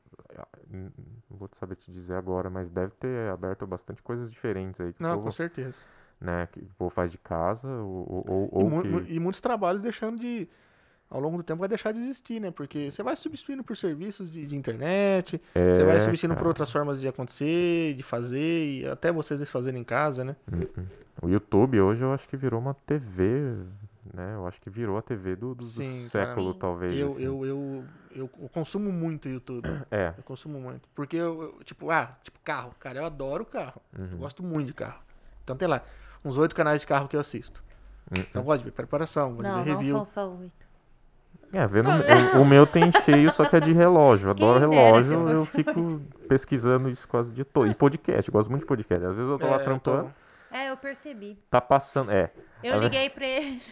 não vou saber te dizer agora, mas deve ter aberto bastante coisas diferentes aí. Que o Não, povo com certeza. né, que o povo faz de casa, E muitos trabalhos deixando de. Ao longo do tempo vai deixar de existir, né? Porque você vai substituindo por serviços de internet, você vai substituindo por cara. outras formas de acontecer, de fazer, e até vocês fazerem em casa, né? O YouTube hoje eu acho que virou uma TV, né? Eu acho que virou a TV do Sim, século, Sim. talvez. Eu, assim. eu consumo muito YouTube. É. Eu consumo muito. Porque tipo, carro. Cara, eu adoro carro. Eu gosto muito de carro. Então tem lá, uns 8 canais de carro que eu assisto. Então eu gosto de ver preparação, gosto de Não, ver não review. são só 8. Vendo o meu tem cheio, só que é de relógio. Eu adoro Quem dera se relógio, eu fosse fico pesquisando isso quase de todo. E podcast, eu gosto muito de podcast. Às vezes eu tô lá trampando, É, eu percebi. tá passando. Eu liguei pra ele.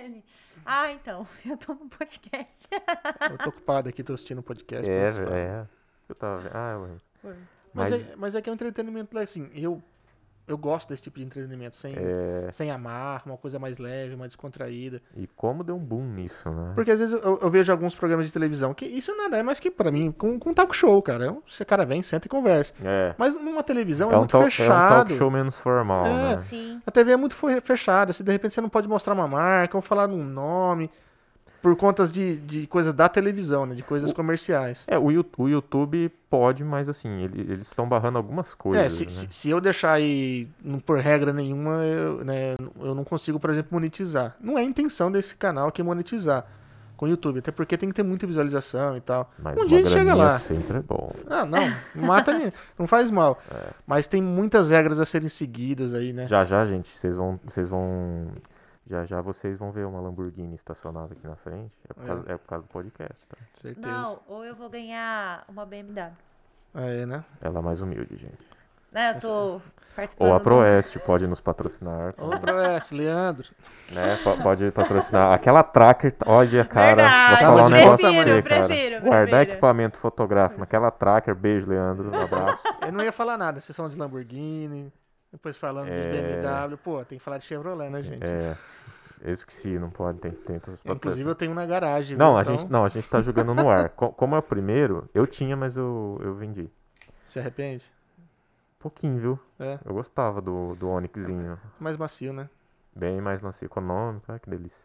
Ah, então, eu tô no podcast. Eu tô ocupado aqui, tô assistindo um podcast. por É, isso falo. Eu tava vendo. Ué. Mas é que é um entretenimento, assim, eu gosto desse tipo de entretenimento, sem amarra, uma coisa mais leve, mais descontraída. E como deu um boom nisso, né? Porque às vezes eu vejo alguns programas de televisão que isso nada é mais que, pra mim, com talk show, cara. Esse cara vem, senta e conversa. Mas numa televisão é muito É um fechado. talk show menos formal, né? Sim. A TV é muito fechada. Se de repente você não pode mostrar uma marca ou falar num nome, por contas de coisas da televisão, né? De coisas comerciais. O YouTube pode, mas assim, eles estão barrando algumas coisas, né? Se eu deixar aí, não por regra nenhuma, eu não consigo, por exemplo, monetizar. Não é a intenção desse canal aqui monetizar com o YouTube, até porque tem que ter muita visualização e tal. Mas Um dia a gente chega lá. sempre é bom. Ah, não mata ninguém, não faz mal. Mas tem muitas regras a serem seguidas aí, né? Já, gente, vocês vão já vocês vão ver uma Lamborghini estacionada aqui na frente. É por causa do podcast, tá? Certeza. Não, ou eu vou ganhar uma BMW. É, né? Ela é mais humilde, gente. Né, eu tô participando Ou a do- Proeste pode nos patrocinar. Ô, Proeste, Leandro. Né? Pode patrocinar. Aquela tracker, olha, cara, Verdade, vou falar um negócio pra você, cara. prefiro. Guardar equipamento fotográfico naquela tracker, beijo, Leandro, um abraço. Eu não ia falar nada, vocês falam de Lamborghini, depois falando de BMW. Pô, tem que falar de Chevrolet, né, gente? Eu esqueci, não pode, tem todos os Inclusive eu tenho na garagem. Não, viu? a gente tá jogando no ar. Como é o primeiro, eu tinha, mas eu vendi. Se arrepende? Pouquinho, viu? É, Eu gostava do Onixzinho. mais macio, né? Bem mais macio, econômico, que delícia.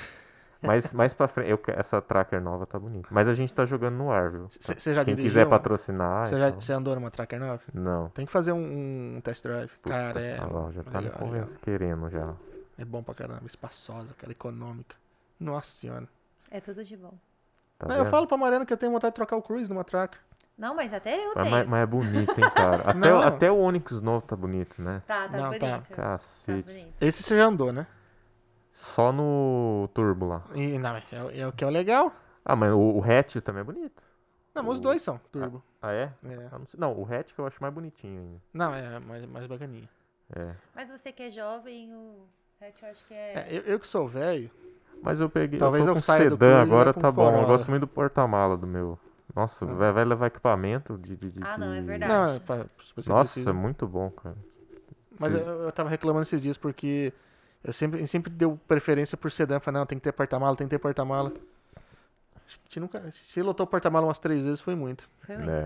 Mas mais pra frente, essa tracker nova tá bonita. Mas a gente tá jogando no ar, viu? Você já Quem dirigiu? quiser patrocinar. Você andou numa Tracker 9? Não. Tem que fazer um test drive. Puta, Cara, é. já tá me legal, convencendo, querendo já. É bom pra caramba, espaçosa, cara, econômica. Nossa senhora. É tudo de bom. Tá Não, eu vendo? falo pra Mariana que eu tenho vontade de trocar o Cruise numa Tracker. Não, mas até eu tenho. Mas é bonito, hein, cara. Não. Até o Onix novo tá bonito, né? Tá Não, bonito. tá. Tá Cacete. bonito. Esse você já andou, né? Só no Turbo lá. E, não, mas é o que é o legal. Ah, mas o hatch também é bonito. Não, mas os dois são turbo. Ah, é? É. Ah, não sei. Não, o hatch que eu acho mais bonitinho ainda. Não, é mais bacaninha. Mas você que é jovem, o hatch eu acho que é... Eu que sou velho, Mas eu peguei. Talvez eu tô eu com saia do sedã Cruze e agora, vá pra um tá bom. Eu Corolla. gosto muito do porta-mala do meu. Nossa, vai levar equipamento Ah, não, é verdade. não, se você Nossa, precisa. muito bom, cara. Mas eu tava reclamando esses dias porque eu sempre deu preferência por sedã. Falei, não, tem que ter porta-mala, tem que ter porta-mala. Acho que se lotou o porta-mala umas 3 vezes, foi muito. Foi muito.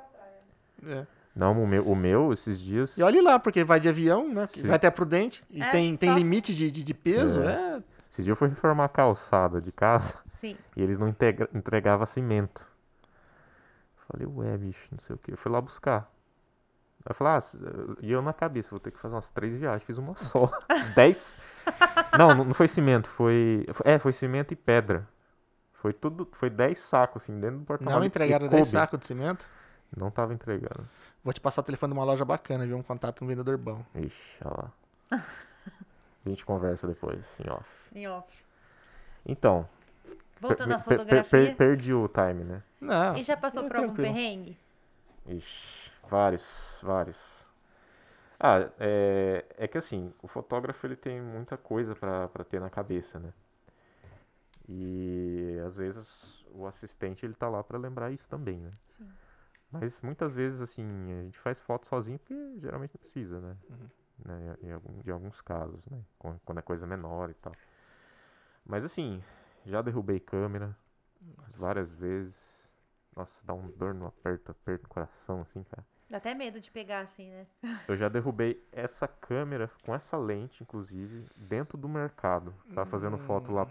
É. Não, o meu, esses dias. E olhe lá, porque vai de avião, né? Sim. Vai até Prudente. E É, tem só- limite de peso. Esses dias eu fui reformar a calçada de casa Sim. e eles não entregavam cimento. Falei, ué, bicho, não sei o que. Eu fui lá buscar. Aí eu falei, e eu na cabeça, vou ter que fazer umas 3 viagens. Fiz uma só. 10. Não foi cimento, foi cimento e pedra. Foi 10 sacos, assim, dentro do porta-malas. Não entregaram e 10 coube. sacos de cimento? Não tava entregando. Vou te passar o telefone de uma loja bacana, viu? Um contato com um vendedor bom. Ixi, olha lá. A gente conversa depois, assim, ó. Em off. Então, Voltando à fotografia. perdi o time, né? Não. E já passou é por algum tranquilo. perrengue? Ixi, vários. Ah, é que assim, o fotógrafo ele tem muita coisa pra ter na cabeça, né? E às vezes o assistente ele tá lá pra lembrar isso também, né? Sim. Mas muitas vezes assim, a gente faz foto sozinho porque geralmente não precisa, né? Né? De alguns casos, né? Quando é coisa menor e tal. Mas assim, já derrubei câmera várias vezes. Nossa, dá um dor no aperto no coração, assim, cara. Dá até medo de pegar assim, né? Eu já derrubei essa câmera com essa lente, inclusive, dentro do mercado. Tava fazendo foto lá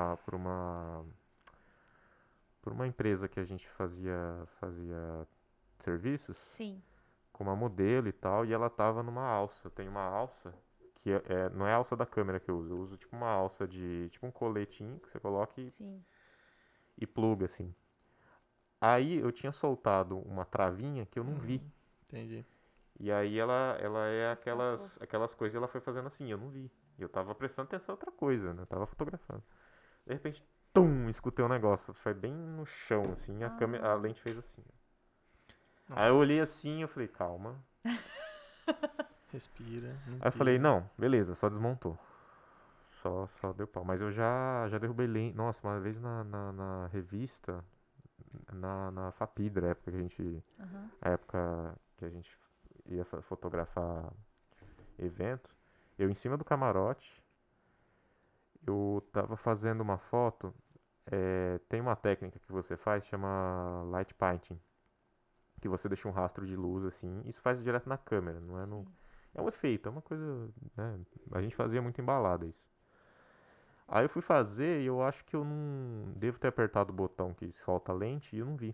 por uma empresa que a gente fazia serviços Sim, com uma modelo e tal, e ela tava numa alça. Tem uma alça que não é a alça da câmera que eu uso tipo uma alça de tipo um coletinho que você coloca sim. e pluga assim. Aí eu tinha soltado uma travinha que eu não vi. Entendi. E aí ela é Escapou. aquelas coisas, ela foi fazendo assim, eu não vi. Eu tava prestando atenção em outra coisa, né? Eu tava fotografando. De repente, tum, escutei um negócio. Foi bem no chão, assim, a Ah, lente fez assim. Aí eu Nossa. olhei assim, eu falei, calma. Respira, não Aí eu falei, pira. não, beleza, só desmontou. Só deu pau. Mas eu já derrubei lente. Nossa, uma vez na revista, na Fapidra, aham. a época que a gente ia fotografar evento, eu em cima do camarote, eu tava fazendo uma foto. Tem uma técnica que você faz, chama light painting, que você deixa um rastro de luz assim. Isso faz direto na câmera, não é no. Sim. É um efeito, é uma coisa, né? A gente fazia muito embalada isso. Aí eu fui fazer e eu acho que eu não devo ter apertado o botão que solta a lente e eu não vi.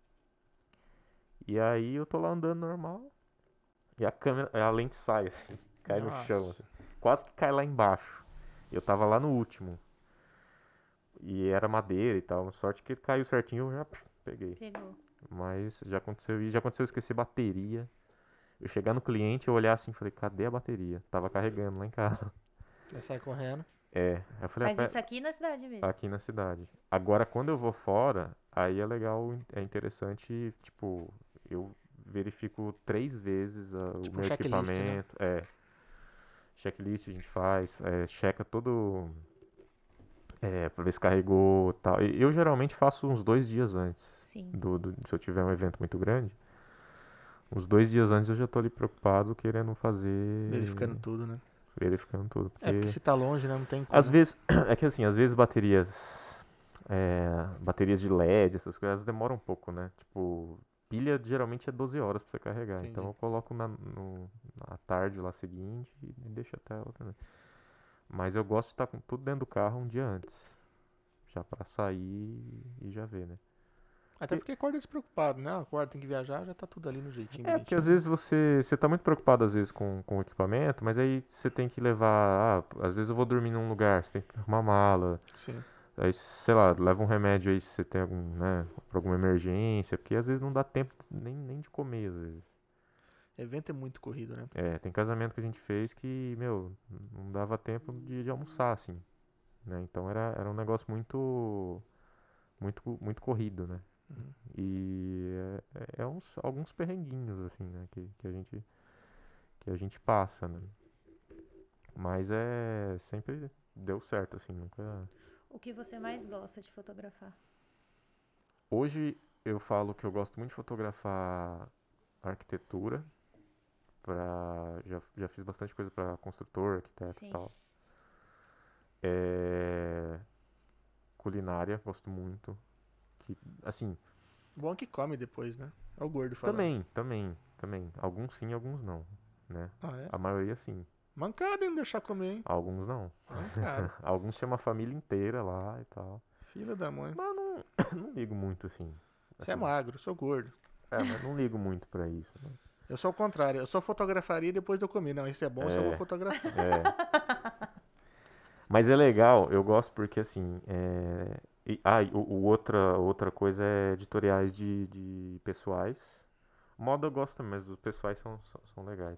E aí eu tô lá andando normal e a lente sai assim, cai no chão, Nossa. assim. Quase que cai lá embaixo. Eu tava lá no último. E era madeira e tal. Sorte que caiu certinho, eu já peguei. Pegou. Mas já aconteceu. E já aconteceu eu esquecer bateria. Eu chegar no cliente, eu olhar assim e falei, cadê a bateria? Tava carregando lá em casa. Já sai correndo. Aí eu falei, Mas isso aqui na cidade mesmo. aqui na cidade. Agora, quando eu vou fora, aí é legal, é interessante, tipo, eu verifico 3 vezes o Tipo um meu checklist, né? equipamento. Checklist a gente faz, checa todo. Pra ver se carregou e tal. Eu geralmente faço uns 2 dias antes. Sim. Se eu tiver um evento muito grande, uns 2 dias antes eu já tô ali preocupado, querendo Verificando fazer, tudo, né? verificando tudo. É, porque Porque se tá longe, né? Não tem às como. vezes, é que assim, às vezes baterias de LED, essas coisas, elas demoram um pouco, né? Tipo, pilha geralmente é 12 horas pra você carregar. Então Entendi. eu coloco na tarde lá seguinte e deixo até a outra, né? Mas eu gosto de estar com tudo dentro do carro um dia antes. Já pra sair e já ver, né? Até porque acorda despreocupado, né? Acorda, tem que viajar, já tá tudo ali no jeitinho, Porque às bonitinho. vezes você tá muito preocupado às vezes com o equipamento, mas aí você tem que levar, às vezes eu vou dormir num lugar, você tem que arrumar mala, Sim. aí sei lá, leva um remédio aí se você tem algum, né, pra alguma emergência, porque às vezes não dá tempo nem de comer às vezes. Evento é muito corrido, né? Tem casamento que a gente fez que, meu, não dava tempo de almoçar assim, né? Então era um negócio muito corrido, né? Uhum. E alguns perrenguinhos assim, né, que a gente passa, né? Mas sempre deu certo, assim, nunca. O que você mais gosta de fotografar? Hoje eu falo que eu gosto muito de fotografar arquitetura, já fiz bastante coisa para construtor, arquiteto e Sim. tal. É, Culinária, gosto muito. Que, assim, Bom que come depois, né? É o gordo falando. também. Alguns sim, alguns não, né? Ah, é? A maioria sim, Mancada em não deixar comer, hein? alguns não. Mancada. Alguns chamam a família inteira lá e tal. Filha da mãe. Mas eu não, não ligo muito, assim. Você é Assim, magro, eu sou gordo. mas não ligo muito pra isso, né? Eu sou o contrário. Eu só fotografaria depois de eu comer. Não, isso é bom, eu só vou É, fotografar. é. Mas é legal, eu gosto porque assim. Outra coisa é editoriais de pessoais. Moda eu gosto também, mas os pessoais são legais.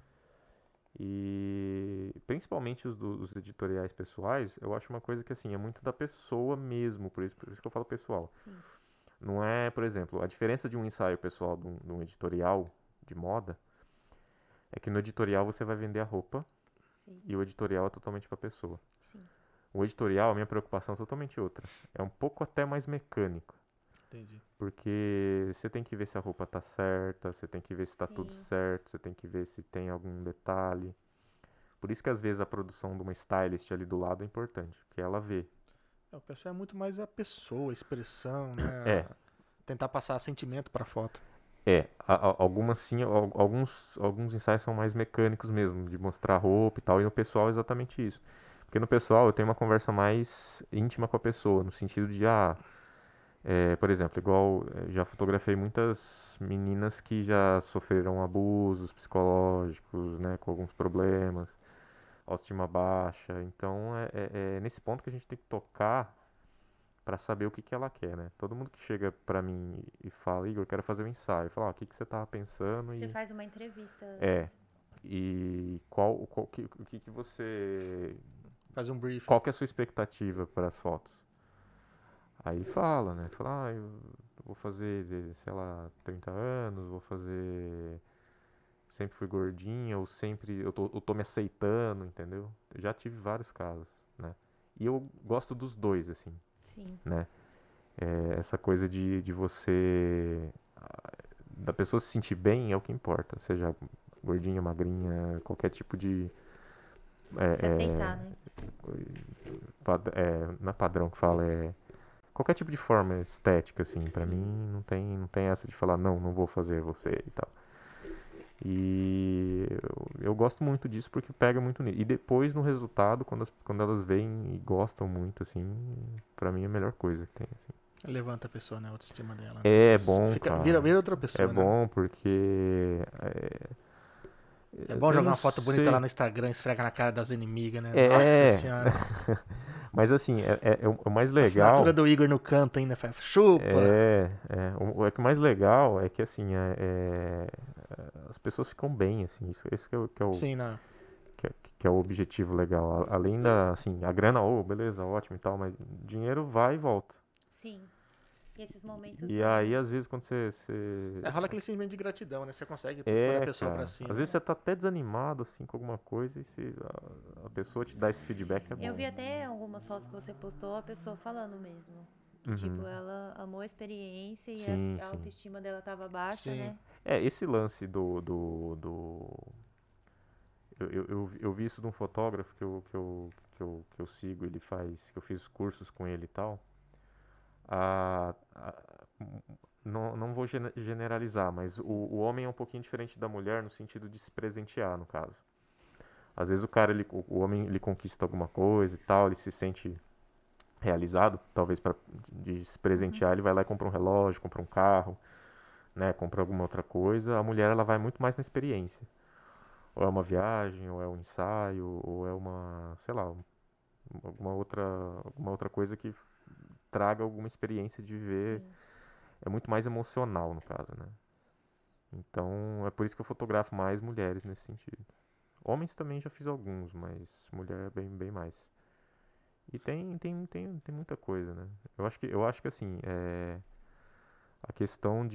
E principalmente os editoriais pessoais, eu acho uma coisa que assim, é muito da pessoa mesmo, por isso que eu falo pessoal. Sim. Não é, por exemplo, a diferença de um ensaio pessoal de um editorial de moda é que no editorial você vai vender a roupa Sim. e o editorial é totalmente pra pessoa. Sim. O editorial, a minha preocupação é totalmente outra. É um pouco até mais mecânico. Entendi. Porque você tem que ver se a roupa tá certa, você tem que ver se tá tudo Sim. certo, você tem que ver se tem algum detalhe. Por isso que às vezes a produção de uma stylist ali do lado é importante, porque ela vê. O pessoal é muito mais a pessoa, a expressão, É, né? Tentar passar sentimento pra foto. Algumas sim, alguns ensaios são mais mecânicos mesmo, de mostrar roupa e tal, e no pessoal é exatamente isso. Porque no pessoal eu tenho uma conversa mais íntima com a pessoa, no sentido de, por exemplo, igual já fotografei muitas meninas que já sofreram abusos psicológicos, né, com alguns problemas, autoestima baixa. Então é nesse ponto que a gente tem que tocar pra saber o que que ela quer, né? Todo mundo que chega pra mim e fala, Igor, eu quero fazer um ensaio, fala, o que que você tava pensando Você faz uma entrevista é, antes. e o que que você, Fazer um briefing. qual que é a sua expectativa para as fotos? Aí fala, né? Fala, eu vou fazer, sei lá, 30 anos, vou fazer, sempre fui gordinha, ou sempre, eu tô me aceitando, entendeu? Eu já tive vários casos, né? E eu gosto dos dois, assim, Sim. né? Essa coisa de você, da pessoa se sentir bem é o que importa, seja gordinha, magrinha, qualquer tipo de Se aceitar, né? não é padrão que fala, qualquer tipo de forma estética, assim, pra Sim. mim não tem essa de falar, não vou fazer você e tal. E eu gosto muito disso porque pega muito nisso. E depois no resultado, quando elas veem e gostam muito, assim, pra mim é a melhor coisa que tem, assim. Levanta a pessoa, né? A autoestima dela. É Né? bom, Vira, cara. vira outra É pessoa, né? bom porque É bom eu jogar não uma foto bonita lá sei. no Instagram, esfrega na cara das inimigas, né? Nossa É, senhora. mas assim, o mais Assinatura legal do Igor no canto ainda, fala, chupa! o que mais legal é que assim, as pessoas ficam bem, assim, isso, esse Sim, não. que é, que é o objetivo legal. Além da, assim, a grana, beleza, ótimo e tal, mas dinheiro vai e volta. Sim. E esses momentos, E né? aí, às vezes, quando Rola aquele sentimento de gratidão, né? Você consegue pôr a pessoa pra cara, às cima. vezes você tá até desanimado, assim, com alguma coisa e se a pessoa te dá esse feedback, é Eu bom. vi até algumas fotos que você postou, a pessoa falando mesmo. Que, tipo, Uhum. ela amou a experiência e Sim, a sim. autoestima dela tava baixa, Sim. né? Esse lance eu vi isso de um fotógrafo que eu sigo, que eu fiz cursos com ele e tal. A, a- não vou generalizar, mas Sim. o homem é um pouquinho diferente da mulher no sentido de se presentear, no caso. Às vezes o cara, o homem, ele conquista alguma coisa e tal, ele se sente realizado, talvez para de se Uhum. presentear, ele vai lá e compra um relógio, compra um carro, né, compra alguma outra coisa. A mulher, ela vai muito mais na experiência. Ou é uma viagem, ou é um ensaio, ou é uma, sei lá, alguma outra coisa que traga alguma experiência de viver. Sim. É muito mais emocional, no caso, né? Então, é por isso que eu fotografo mais mulheres nesse sentido. Homens também já fiz alguns, mas mulher é bem, bem mais. E tem muita coisa, né? Eu acho que assim, a questão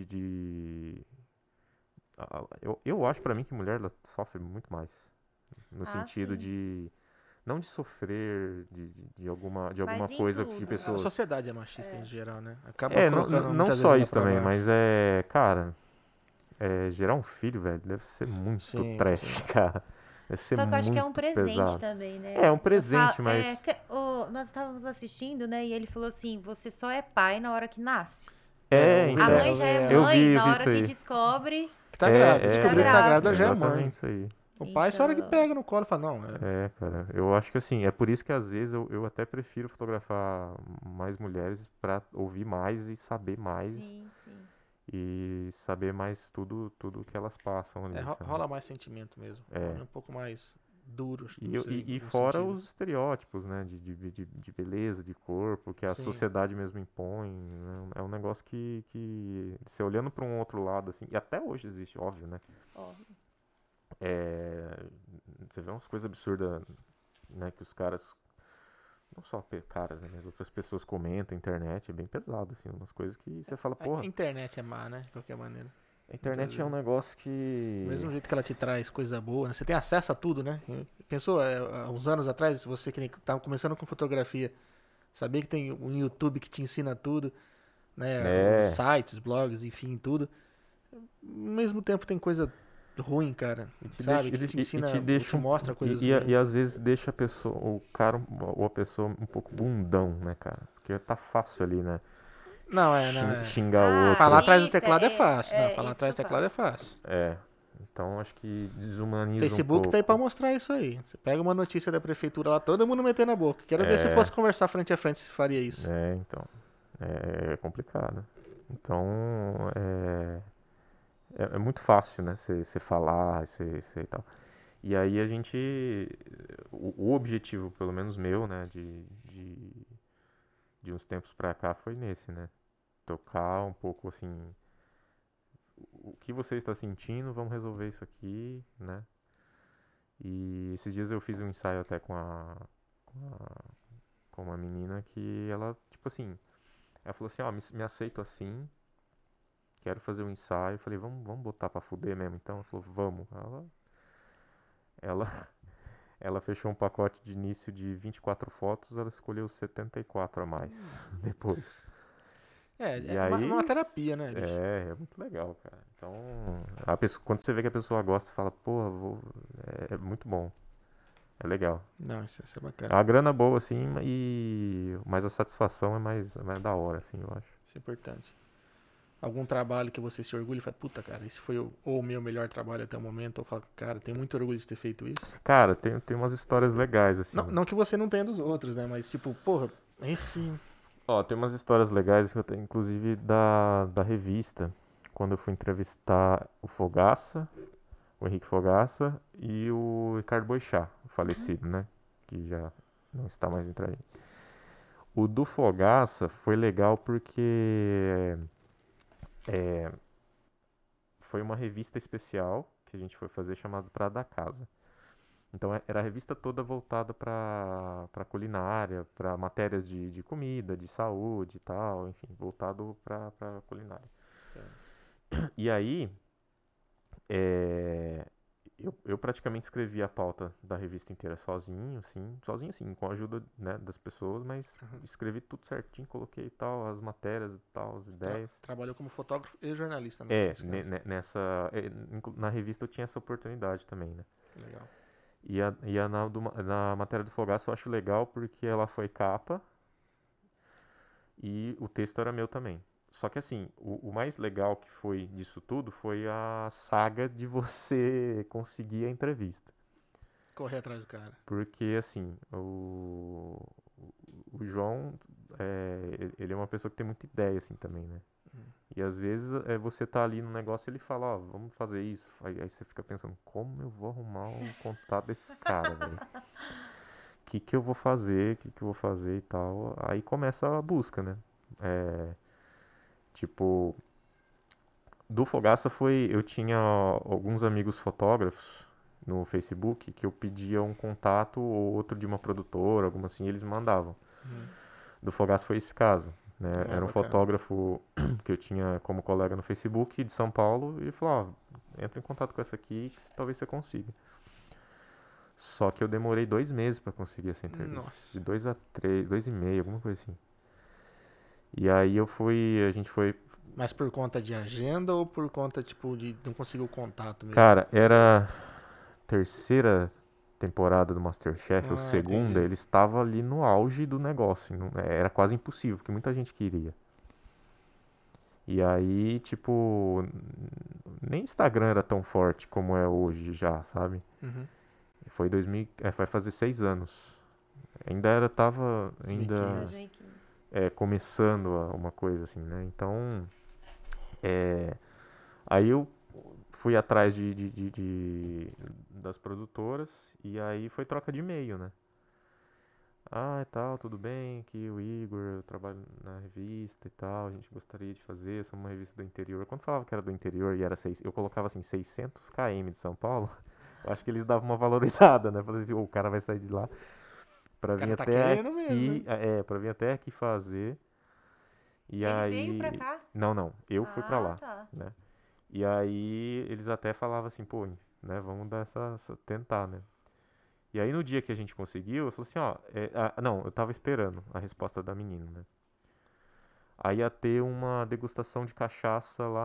eu acho pra mim que mulher ela sofre muito mais. No Ah, sentido sim. de, não de sofrer de alguma Mas em coisa de tudo. A pessoas. sociedade é machista em geral, né? Acaba Não, colocando não muitas só vezes ela isso pra também, baixo. mas cara, gerar um filho, velho, deve ser muito Sim, trash, sim. cara. Deve ser Só que eu acho que é um muito presente pesado. também, É né? um presente, mas Nós estávamos assistindo, né? E ele falou assim: você só é pai na hora que nasce. A então, mãe já é eu mãe vi, eu na vi hora isso que aí. descobre Que tá grávida. É, tá Descobriu que tá grávida já é mãe. exatamente isso aí. O pai só a hora que Então, pega no colo e fala, não, Cara, eu acho que assim, é por isso que às vezes eu até prefiro fotografar mais mulheres pra ouvir mais e saber mais sim, sim. e saber mais tudo que elas passam ali, sabe? rola mais sentimento mesmo. O É. homem é um pouco mais duro, E, não eu- sei, em e, e algum fora sentido. os estereótipos, né, de beleza, de corpo, que a Sim. sociedade mesmo impõe, né? É um negócio que você olhando pra um outro lado, assim, e até hoje existe, óbvio, né? Ó, É, você vê umas coisas absurdas, né, que os caras, não só caras, né, mas outras pessoas comentam na internet, é bem pesado, assim, umas coisas que você fala, A porra, internet é má, né? De qualquer maneira. a Muitas internet é um vezes. negócio Do que... mesmo jeito que ela te traz coisa boa, né? Você tem acesso a tudo, né? Pensou, há uns anos atrás, você que estava começando com fotografia, sabia que tem um YouTube que te ensina tudo, né? Os É, sites, blogs, enfim, tudo. Ao mesmo tempo tem coisa ruim, cara, e te sabe? deixa, Que te e te ensina, ou deixa te um, mostra coisas e ruins. às vezes deixa a pessoa, o cara ou a pessoa um pouco bundão, né, cara? Porque tá fácil ali, né? Não, não, xingar o Ah, outro. Falar atrás do isso, teclado é fácil. Não, falar isso atrás do que eu teclado falo. é fácil. É. Então acho que desumaniza um Facebook tá aí pra pouco. mostrar isso aí. Você pega uma notícia da prefeitura lá, todo mundo metendo a boca. Quero ver se É, fosse conversar frente a frente se faria isso. então. É complicado. Então, é muito fácil, né? Você falar, você e tal. E aí a gente. O objetivo, pelo menos meu, né? De uns tempos pra cá foi nesse, né? Tocar um pouco assim. O que você está sentindo, vamos resolver isso aqui, né? E esses dias eu fiz um ensaio até com, a, com uma menina que ela, tipo assim, ela falou assim, ó, me aceito assim, quero fazer um ensaio. Eu falei, vamos botar pra fuder mesmo então? Ela falou, vamos. Ela, ela fechou um pacote de início de 24 fotos, ela escolheu 74 a mais depois. E É uma aí, terapia, né, bicho? é muito legal, cara. Então, quando você vê que a pessoa gosta, você fala, pô, é muito bom, é legal. Não, isso é É bacana. uma grana boa, assim, mas a satisfação é mais da hora, assim, eu acho. Isso é importante. Algum trabalho que você se orgulha e fala, puta, cara, esse foi o meu melhor trabalho até o momento. Ou fala, cara, tenho muito orgulho de ter feito isso. Cara, tem umas histórias legais, Não, assim. não que você não tenha dos outros, né? Mas tipo, porra, esse. Ó, tem umas histórias legais que eu tenho, inclusive, da revista. Quando eu fui entrevistar o Fogaça, o Henrique Fogaça e o Ricardo Boixá, o falecido, né? Que já não está mais entre a gente. O do Fogaça foi legal porque foi uma revista especial que a gente foi fazer chamada Pra da Casa. Então era a revista toda voltada para culinária, para matérias de comida, de saúde e tal, enfim, voltado para culinária. E aí, é, eu praticamente escrevi a pauta da revista inteira sozinho assim, com a ajuda, né, das pessoas, mas escrevi tudo certinho, coloquei tal, as matérias e tal, as ideias. Trabalhou como fotógrafo e jornalista, né? Nesse caso. Na revista eu tinha essa oportunidade também, né? Legal. Na matéria do Fogaço eu acho legal porque ela foi capa e o texto era meu também. Só que assim, o mais legal que foi disso tudo foi a saga de você conseguir a entrevista. Correr atrás do cara. Porque assim, o João, ele é uma pessoa que tem muita ideia assim também, né? E às vezes você tá ali no negócio e ele fala, ó, vamos fazer isso. Aí você fica pensando, como eu vou arrumar o contato desse cara, velho? O que eu vou fazer? O que eu vou fazer e tal. Aí começa a busca, né? É, tipo, do Fogaça foi. Eu tinha alguns amigos fotógrafos no Facebook que eu pedia um contato ou outro de uma produtora, alguma assim, e eles mandavam. Do Fogaça foi esse caso. Né? Ah, Era um bacana. fotógrafo que eu tinha como colega no Facebook de São Paulo e ele falou: ó, entra em contato com essa aqui que talvez você consiga. Só que eu demorei 2 meses para conseguir essa entrevista. Nossa. De 2 a 3, 2 e meio, alguma coisa assim. E aí a gente foi. Mas por conta de agenda ou por conta, tipo, de não conseguir o contato mesmo? Cara, era terceira temporada do MasterChef, ou Ah, segunda, entendi. ele estava ali no auge do negócio. Era quase impossível, porque muita gente queria. E aí, tipo, nem Instagram era tão forte como é hoje já, sabe? Uhum. Foi 2000, vai fazer 6 anos. Tava ainda 2015. 2015. começando uma coisa assim, né? Então, aí eu fui atrás das produtoras e aí foi troca de e-mail, né? Ah, e tal, tudo bem, que o Igor, eu trabalho na revista e tal, a gente gostaria de fazer, somos uma revista do interior. Quando falava que era do interior e era eu colocava assim 600 km de São Paulo, eu acho que eles davam uma valorizada, né? Falei assim, o cara vai sair de lá pra O vir cara tá até querendo mesmo, aqui, hein? pra vir até aqui fazer. E Ele veio pra aí, cá? não, eu fui pra Ah, lá, tá. né? E aí eles até falavam assim, pô, né, vamos dar tentar, né? E aí no dia que a gente conseguiu, eu falei assim, ó, não, eu tava esperando a resposta da menina, né? Aí ia ter uma degustação de cachaça lá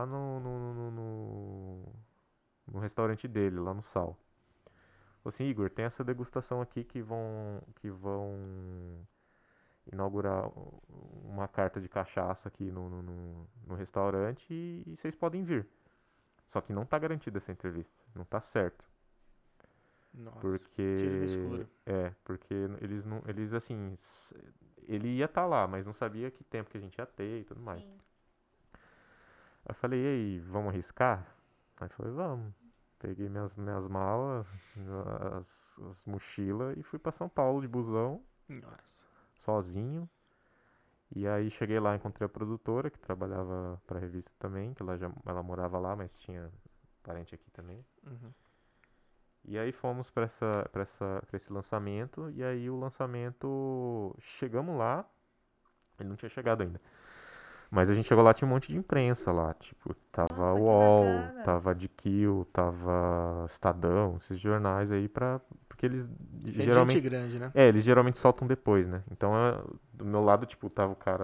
no restaurante dele, lá no Sal. Falei assim, Igor, tem essa degustação aqui que vão inaugurar uma carta de cachaça aqui no restaurante e vocês podem vir. Só que não tá garantida essa entrevista, não tá certo. Nossa, tiro no Porque escuro. porque eles não, eles assim, ele ia estar lá, mas não sabia que tempo que a gente ia ter e tudo mais. Sim. Aí eu falei, e aí, vamos arriscar? Aí eu falei, vamos. Peguei minhas malas, as mochilas e fui pra São Paulo de busão, Nossa. sozinho. E aí cheguei lá, encontrei a produtora que trabalhava pra revista também, que ela morava lá, mas tinha parente aqui também. Uhum. E aí fomos pra esse lançamento, e aí o lançamento, chegamos lá, ele não tinha chegado ainda. Mas a gente chegou lá, tinha um monte de imprensa lá, tipo, tava Nossa, que UOL, bacana. tava GQ, tava Estadão, esses jornais aí porque eles Cheio de gente geralmente, grande, né? eles geralmente soltam depois, né? Então, do meu lado, tipo, tava o cara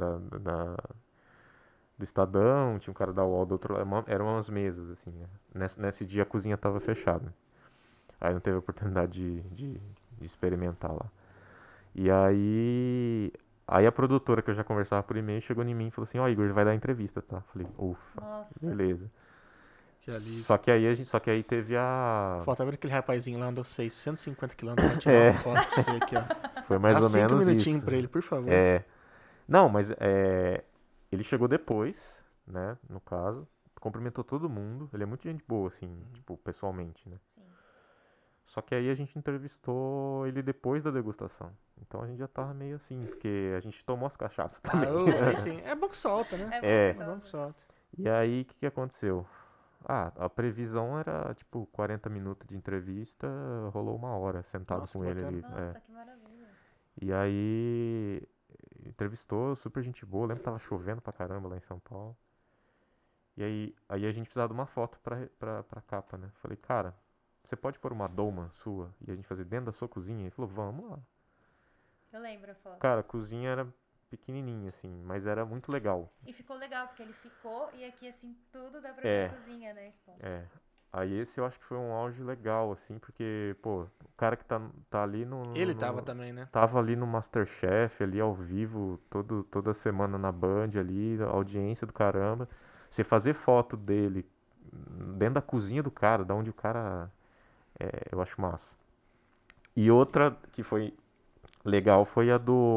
do Estadão, tinha um cara da UOL do outro lado, eram umas mesas, assim, né? Nesse dia a cozinha tava fechada. Aí não teve oportunidade de experimentar lá. E aí a produtora que eu já conversava por e-mail chegou em mim e falou assim, ó, Igor, vai dar entrevista, tá? Falei, ufa, Nossa. beleza. Que alívio. Só que aí teve a... Faltava aquele rapazinho lá, andou 650 quilômetros pra tirar uma É, foto com você aqui, ó. foi mais Dá ou 5 menos minutinhos isso. pra ele, por favor. É, não, mas ele chegou depois, né, no caso, cumprimentou todo mundo, ele é muito gente boa, assim, tipo, pessoalmente, né? Sim. Só que aí a gente entrevistou ele depois da degustação. Então a gente já tava meio assim, porque a gente tomou as cachaças também. Aí sim. É bom que solta, né? É bom É. que É bom que solta. solta. E aí, o que aconteceu? Ah, a previsão era tipo 40 minutos de entrevista, rolou 1 hora sentado Nossa, com que ele bacana. ali. Nossa, que maravilha. E aí, entrevistou, super gente boa. Lembro que tava chovendo pra caramba lá em São Paulo. E aí a gente precisava de uma foto pra capa, né? Falei, cara, você pode pôr uma doma sua e a gente fazer dentro da sua cozinha? Ele falou, vamos lá. Eu lembro a foto. Cara, a cozinha era pequenininha, assim, mas era muito legal. E ficou legal, porque ele ficou e aqui, assim, tudo dá pra ver É, a cozinha, né, exposta. é. Aí esse eu acho que foi um auge legal, assim, porque, pô, o cara que tá ali Ele tava também, né? tava ali no MasterChef, ali ao vivo, toda semana na Band ali, a audiência do caramba. Você fazer foto dele dentro da cozinha do cara, da onde o cara eu acho massa. E outra que foi legal foi a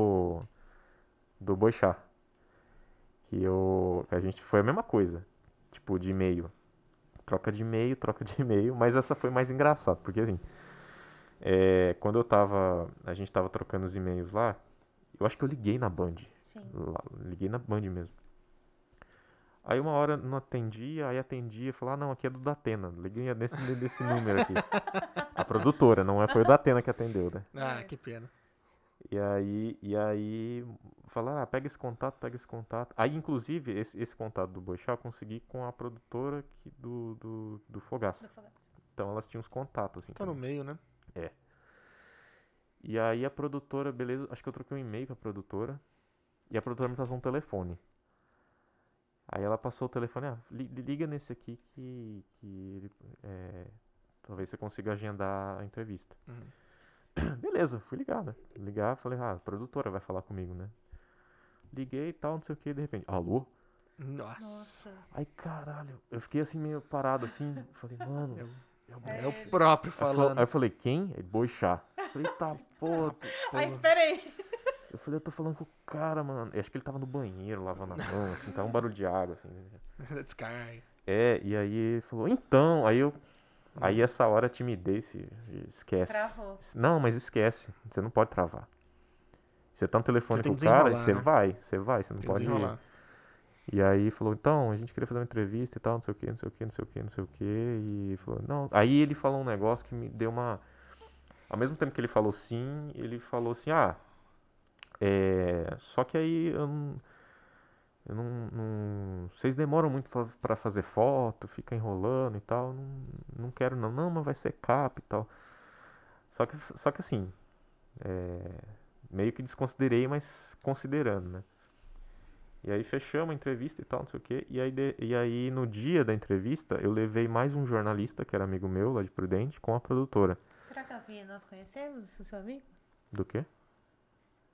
do Boixá, que a gente foi a mesma coisa, tipo, de e-mail. Troca de e-mail, mas essa foi mais engraçada, porque assim, quando a gente tava trocando os e-mails lá, eu acho que eu liguei na Band, Sim. liguei na Band mesmo. Aí uma hora não atendia, aí atendia, falou, ah não, aqui é do Datena, liguei desse número aqui. A produtora, não foi o Datena que atendeu, né? Ah, É. que pena. E aí falaram, ah, pega esse contato, pega esse contato. Aí, inclusive, esse contato do Boixá eu consegui com a produtora do Fogaça. Do Fogaça. Então elas tinham os contatos, assim, Tá no também. meio, né? É. E aí a produtora, beleza, acho que eu troquei um e-mail pra produtora. E a produtora me passou um telefone. Aí ela passou o telefone, ah, liga nesse aqui que talvez você consiga agendar a entrevista. Uhum. Beleza, fui ligar, né? Ligar, falei, ah, a produtora vai falar comigo, né? Liguei e tal, não sei o que, de repente, alô? Nossa. Nossa. Aí, caralho, eu fiquei assim meio parado, assim, falei, mano... É o próprio falando. Aí eu falei, quem? Ele, Boixá. Falei, tá, pô. Ai, esperei. Eu falei, eu tô falando com o cara, mano. Eu acho que ele tava no banheiro, lavando a mão, assim, tava um barulho de água, assim. Sky. E aí ele falou, então, aí essa hora a timidez esquece. Travou. Não, mas esquece, você não pode travar. Você tá no telefone Você tem com o que cara, desenrolar, né? você não Tem que pode... desenrolar. E aí falou, então, a gente queria fazer uma entrevista e tal, não sei o que, não sei o que, não sei o que, não sei o que. E falou, não. Aí ele falou um negócio que me deu uma... Ao mesmo tempo que ele falou sim, ele falou assim, só que aí vocês demoram muito pra fazer foto, fica enrolando e tal, não quero não. Não, mas vai ser cap e tal. Só que assim, meio que desconsiderei, mas considerando, né? E aí fechamos a entrevista e tal, não sei o quê. E aí no dia da entrevista, eu levei mais um jornalista, que era amigo meu, lá de Prudente, com a produtora. Será que é o que nós conhecemos, o seu amigo? Do quê?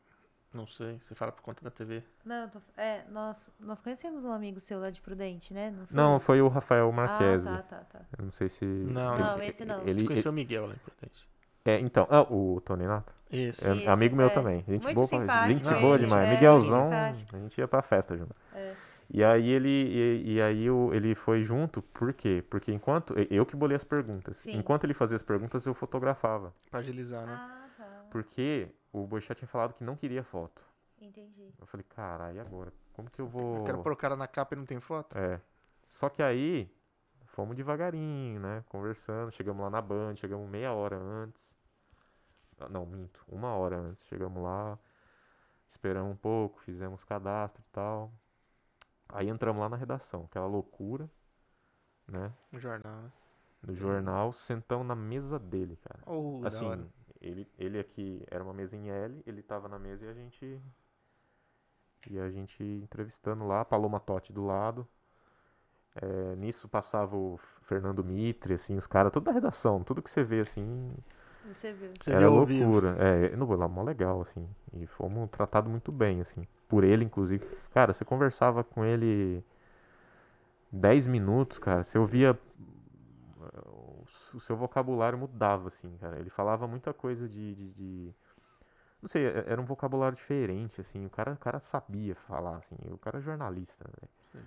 Não sei, você fala por conta da TV. Não, nós conhecemos um amigo seu lá de Prudente, né? Não Não, foi? foi o Rafael Ah, Marquesi. tá. Eu não sei se. Não, Ele, Não, esse não. te ele, conheceu o Miguel lá, importante. então, o Tony Nato. Esse. É Isso, amigo meu também. Gente Muito boa, simpático gente Não, boa ele. gente demais. boa. Muito Miguelzão, simpático. a gente ia pra festa junto. É. E aí ele foi junto, por quê? Porque enquanto eu que bolei as perguntas. Sim. Enquanto ele fazia as perguntas, eu fotografava. Pra agilizar, né? Ah, tá. Porque o Boixá tinha falado que não queria foto. Entendi. Eu falei, caralho, e agora? Como que eu Eu vou. quero pôr o cara na capa e não tem foto? É. Só que aí, fomos devagarinho, né? Conversando. Chegamos lá na Band, chegamos meia hora antes. Não, minto. Uma hora antes. Chegamos lá, esperamos um pouco, fizemos cadastro e tal. Aí entramos lá na redação, aquela loucura, né? No jornal, né? No jornal, sentamos na mesa dele, cara. Oh, da hora. Assim, ele aqui era uma mesa em L, ele tava na mesa e a gente entrevistando lá, Paloma Totti do lado. Nisso passava o Fernando Mitre, assim, os caras, toda a redação, tudo que você vê, assim, Você viu. Você era viu ao vivo. loucura. Não vou lá, mó legal, assim. E fomos tratados muito bem, assim. Por ele, inclusive. Cara, você conversava com ele 10 minutos, cara, você ouvia. O seu vocabulário mudava, assim, cara. Ele falava muita coisa não sei, era um vocabulário diferente, assim. O cara sabia falar, assim. O cara é jornalista, né? Sim.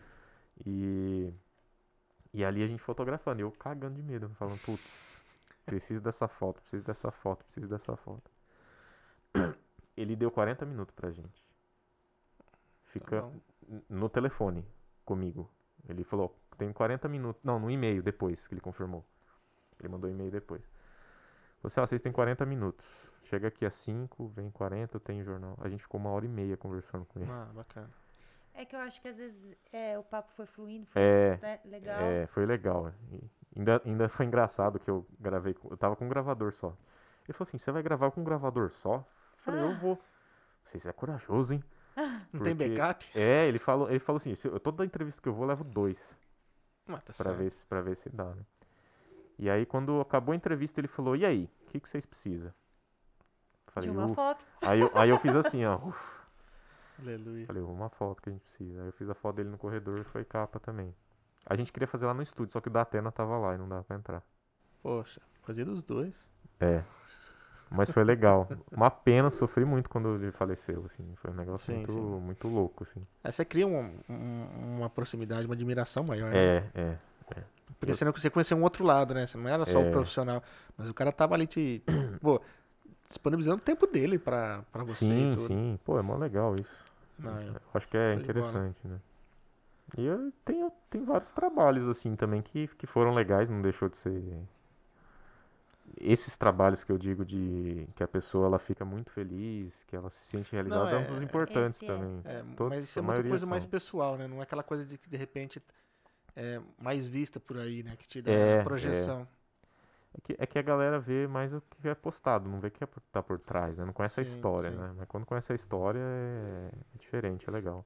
E ali a gente fotografando, eu cagando de medo, falando, putz, preciso dessa foto, preciso dessa foto, preciso dessa foto. Ele deu 40 minutos pra gente. Fica Tá bom. no telefone comigo. Ele falou, tem 40 minutos. Não, no e-mail depois que ele confirmou. Ele mandou e-mail depois. Você, vocês têm 40 minutos. Chega aqui às 5, vem 40, eu tenho jornal. A gente ficou 1h30 conversando com ele. Ah, bacana. É que eu acho que às vezes o papo foi fluindo, É, né, legal. Foi legal. E ainda foi engraçado que eu gravei. Eu tava com um gravador só. Ele falou assim: você vai gravar com um gravador só? Eu falei: eu vou. Você é corajoso, hein? Não tem Porque- backup? Ele falou assim: toda entrevista que eu vou, eu levo 2. Ah, tá Pra certo. ver se dá, né? E aí, quando acabou a entrevista, ele falou: e aí? O que vocês precisam? De Falei: uma foto. Aí eu fiz assim, ó. Aleluia. Falei: uma foto que a gente precisa. Aí eu fiz a foto dele no corredor e foi capa também. A gente queria fazer lá no estúdio, só que o da Atena tava lá e não dava pra entrar. Poxa, fazia dos dois. Mas foi legal. Uma pena, sofri muito quando ele faleceu, assim. Foi um negócio Sim, muito, sim. muito louco, assim. Aí você cria uma proximidade, uma admiração maior, né? É. Porque você conheceu um outro lado, né? Você não era só o É. profissional, mas o cara tava ali pô, disponibilizando o tempo dele pra você e tudo. Sim. Pô, é mó legal isso. Não, Eu acho que é show de bola. interessante, né? E eu tenho vários trabalhos, assim, também que foram legais, não deixou de ser. Esses trabalhos que eu digo de que a pessoa ela fica muito feliz, que ela se sente realizada, é um dos importantes esse é. também. mas isso é a muita maioria coisa mais são. pessoal, né? Não é aquela coisa de que de repente é mais vista por aí, né? Que te dá É. projeção. É que a galera vê mais o que é postado, não vê o que tá por trás, né? Não conhece a Sim, história, sim. né? Mas quando conhece a história é diferente, é legal.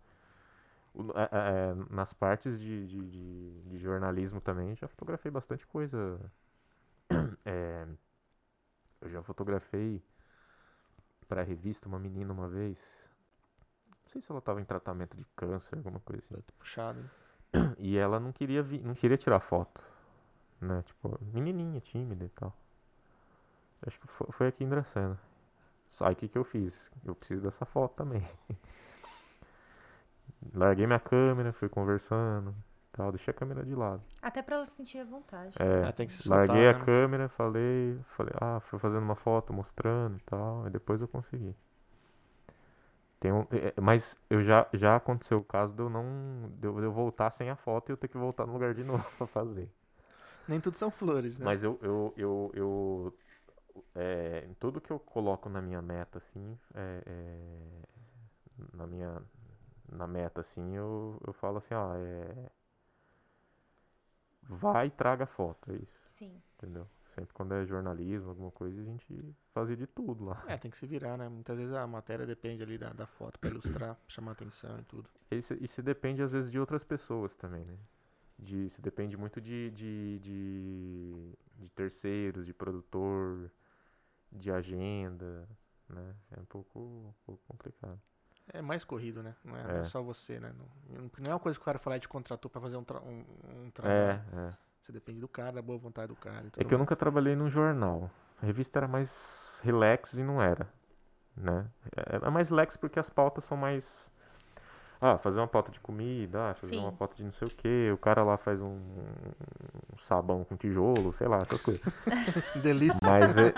Nas partes de jornalismo também, já fotografei bastante coisa. É, eu já fotografei pra revista uma menina uma vez. Não sei se ela tava em tratamento de câncer, alguma coisa assim. Tô puxado, hein? E ela não queria não queria tirar foto, né? Tipo, menininha, tímida e tal. Acho que foi aqui em Dracena. Aí o que eu fiz? Eu preciso dessa foto também. Larguei minha câmera, fui conversando, tal, deixei a câmera de lado. Até pra ela se sentir à vontade. Tem que se soltar, Larguei a né? câmera, falei, fui fazendo uma foto, mostrando e tal, e depois eu consegui. Mas já aconteceu o caso de eu voltar sem a foto e eu ter que voltar no lugar de novo pra fazer. Nem tudo são flores, né? Mas em tudo que eu coloco na minha meta, assim, na meta, assim, eu falo assim, ó, vai e traga foto, é isso, Sim. entendeu? Sempre quando é jornalismo, alguma coisa, a gente fazia de tudo lá. Tem que se virar, né? Muitas vezes a matéria depende ali da foto pra ilustrar, chamar atenção e tudo. E se depende, às vezes, de outras pessoas também, né? Se depende muito de terceiros, de produtor, de agenda, né? É um pouco complicado. É mais corrido, né? Não é só você, né? Não é uma coisa que o cara falar te contratou pra fazer um trabalho. Você depende do cara, da boa vontade do cara e É tudo que eu mais. nunca trabalhei num jornal. A revista era mais relax e não era, né? É mais relax porque as pautas são mais... fazer uma pauta de comida, fazer uma Sim. pauta de não sei o quê. O cara lá faz um sabão com tijolo, sei lá, essas coisas. Delícia.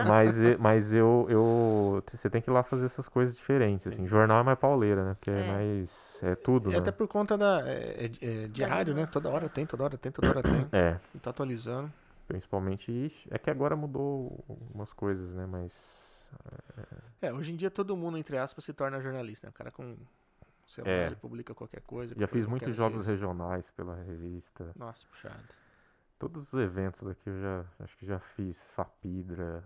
Mas você tem que ir lá fazer essas coisas diferentes, assim. Entendi. Jornal é mais pauleira, né? Porque é É. mais... É tudo, E até né? por conta é diário, né? demanda. Toda hora tem, toda hora tem, toda hora tem. É, E tá atualizando. principalmente... É que agora mudou algumas coisas, né? Mas... Hoje em dia todo mundo, entre aspas, se torna jornalista, né? O cara com celular, ele publica qualquer coisa. Já fiz publica qualquer muitos jogos notícia. regionais pela revista. Nossa, puxado. Todos os eventos aqui acho que já fiz. Fapidra,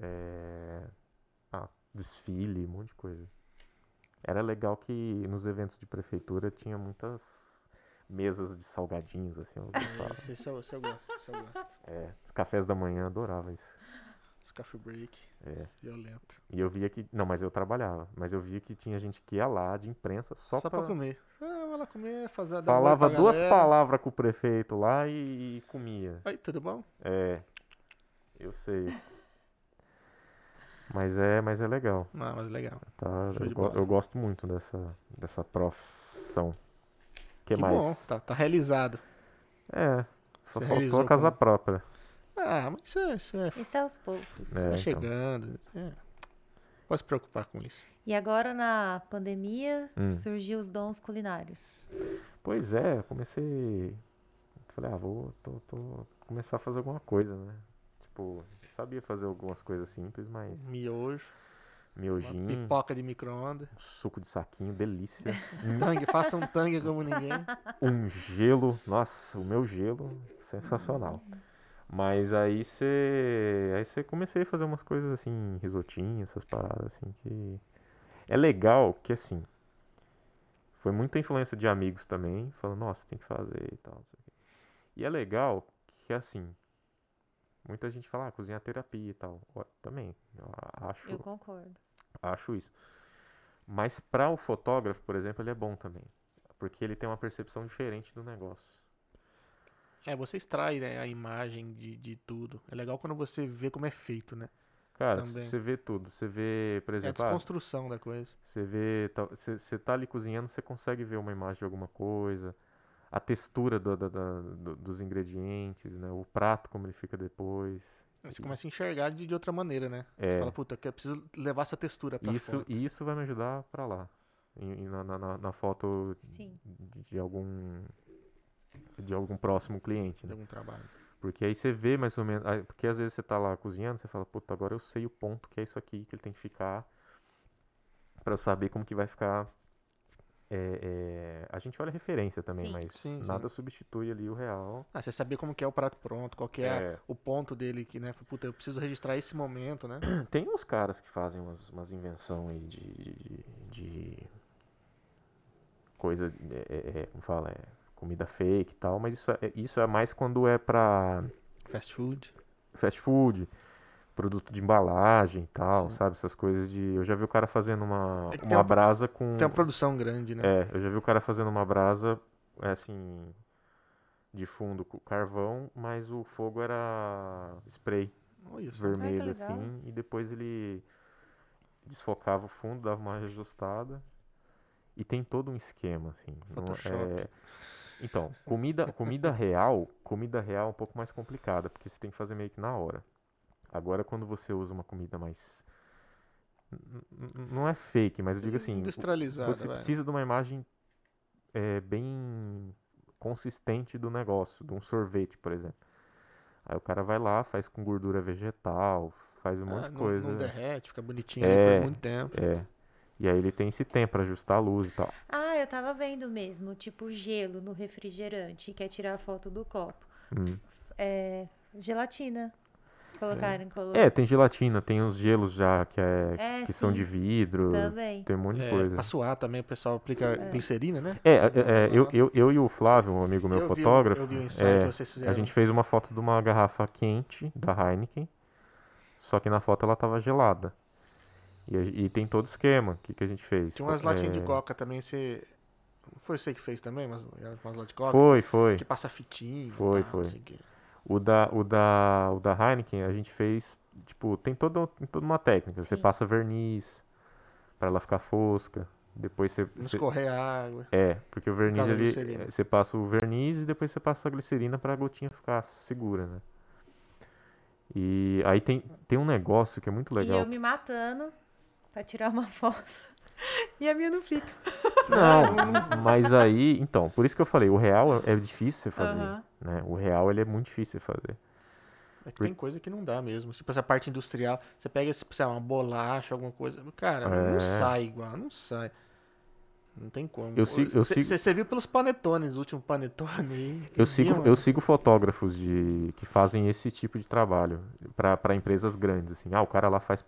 desfile, um monte de coisa. Era legal que nos eventos de prefeitura tinha muitas mesas de salgadinhos, assim, eu gostava. Esse eu gosto, esse eu gosto. Os cafés da manhã, adorava isso. Os coffee break, violento. E eu via que, não, mas eu trabalhava, mas eu via que tinha gente que ia lá de imprensa só Só pra comer. Vai lá comer, fazer dar falava oi pra duas galera. palavras com o prefeito lá e comia. Oi, tudo bom? Eu sei. Mas é legal. Não, mas legal. Tá? Show de bola. Eu gosto muito dessa profissão. Que mais? Bom, tá realizado. Só Você faltou realizou a casa como? própria. Mas isso é Isso é aos poucos. É, tá então. chegando. Pode se preocupar com isso. E agora, na pandemia, surgiu os dons culinários. Pois é, eu comecei. Falei, vou começar a fazer alguma coisa, né? Tipo, sabia fazer algumas coisas simples, mas Miojo, uma miojinho, pipoca de micro-ondas. suco de saquinho, delícia. Tangue, faça um tangue como ninguém. Um gelo, nossa, o meu gelo, sensacional. Mas aí você comecei a fazer umas coisas assim, risotinho, essas paradas assim que é legal que assim, foi muita influência de amigos também, falando, nossa, tem que fazer e tal, não sei o quê. E é legal que assim, muita gente fala, cozinhar é terapia e tal. Também, Eu concordo. acho isso. Mas para o fotógrafo, por exemplo, ele é bom também, porque ele tem uma percepção diferente do negócio. Você extrai, né, a imagem de tudo. É legal quando você vê como é feito, né? Cara, Também. você vê tudo. Você vê, por É a exemplo, desconstrução da coisa. você vê, você tá ali cozinhando, você consegue ver uma imagem de alguma coisa, a textura dos ingredientes, né? O prato, como ele fica depois. Você começa a enxergar de outra maneira, né? Você fala, puta, eu preciso levar essa textura pra foto. E isso vai me ajudar pra lá. Na foto Sim. de algum próximo cliente, De né? algum trabalho. Porque aí você vê mais ou menos. Porque às vezes você tá lá cozinhando, você fala, puta, agora eu sei o ponto que é isso aqui que ele tem que ficar. Pra eu saber como que vai ficar. A gente olha referência também, Sim. mas Sim, nada substitui ali o real. Você sabia como que é o prato pronto, qual que é o ponto dele, que, né? Puta, eu preciso registrar esse momento, né? Tem uns caras que fazem umas invenções aí de coisa, como fala, comida fake e tal, mas isso é mais quando é pra Fast food. fast food, produto de embalagem e tal, Sim. sabe? Essas coisas de... Eu já vi o cara fazendo É que uma brasa com... Tem uma produção grande, né? Eu já vi o cara fazendo uma brasa, assim, de fundo com carvão, mas o fogo era spray Olha só. vermelho, Ai, que legal. assim, e depois ele desfocava o fundo, dava uma reajustada, e tem todo um esquema, assim. Photoshop. Então, comida real é um pouco mais complicada, porque você tem que fazer meio que na hora. Agora, quando você usa uma comida mais... Não é fake, mas eu digo assim, Industrializada, você vai. precisa de uma imagem bem consistente do negócio, de um sorvete, por exemplo. Aí o cara vai lá, faz com gordura vegetal, faz um monte de coisa. Não derrete, fica bonitinho ali por muito tempo. E aí ele tem esse tempo pra ajustar a luz e tal. Eu tava vendo mesmo, tipo gelo no refrigerante, quer tirar a foto do copo. Gelatina. Colocaram, Tem gelatina, tem os gelos já que são sim, de vidro. também. Tem um monte de coisa. Pra suar também, o pesal aplica glicerina, né? Eu e o Flávio, um amigo meu fotógrafo, Eu vi o ensaio que vocês fizeram. a gente fez uma foto de uma garrafa quente da Heineken, só que na foto ela tava gelada. E tem todo o esquema. O que a gente fez? Tinha umas latinhas de coca também, você... Não foi você que fez também, mas eram umas latinhas de coca? Foi. Que passa fitinho e Foi. tal, não sei o quê. O da Heineken a gente fez, tipo, tem toda uma técnica. Você Sim. passa verniz pra ela ficar fosca. Depois Não escorrer a água. porque o verniz causa da ele, glicerina. você passa o verniz e depois você passa a glicerina pra gotinha ficar segura, né? E aí tem um negócio que é muito E legal. eu me matando pra tirar uma foto. E a minha não fica. Não, mas aí, então, por isso que eu falei, o real é difícil você fazer, Aham. né? O real ele é muito difícil você fazer. É que tem coisa que não dá mesmo. Tipo, essa parte industrial, você pega, sei lá, uma bolacha, alguma coisa. Cara, não sai igual, não sai. Não tem como. Eu sigo, Você viu pelos panetones, o último panetone aí. Viu, eu sigo fotógrafos que fazem esse tipo de trabalho para empresas grandes, assim. Ah, o cara lá faz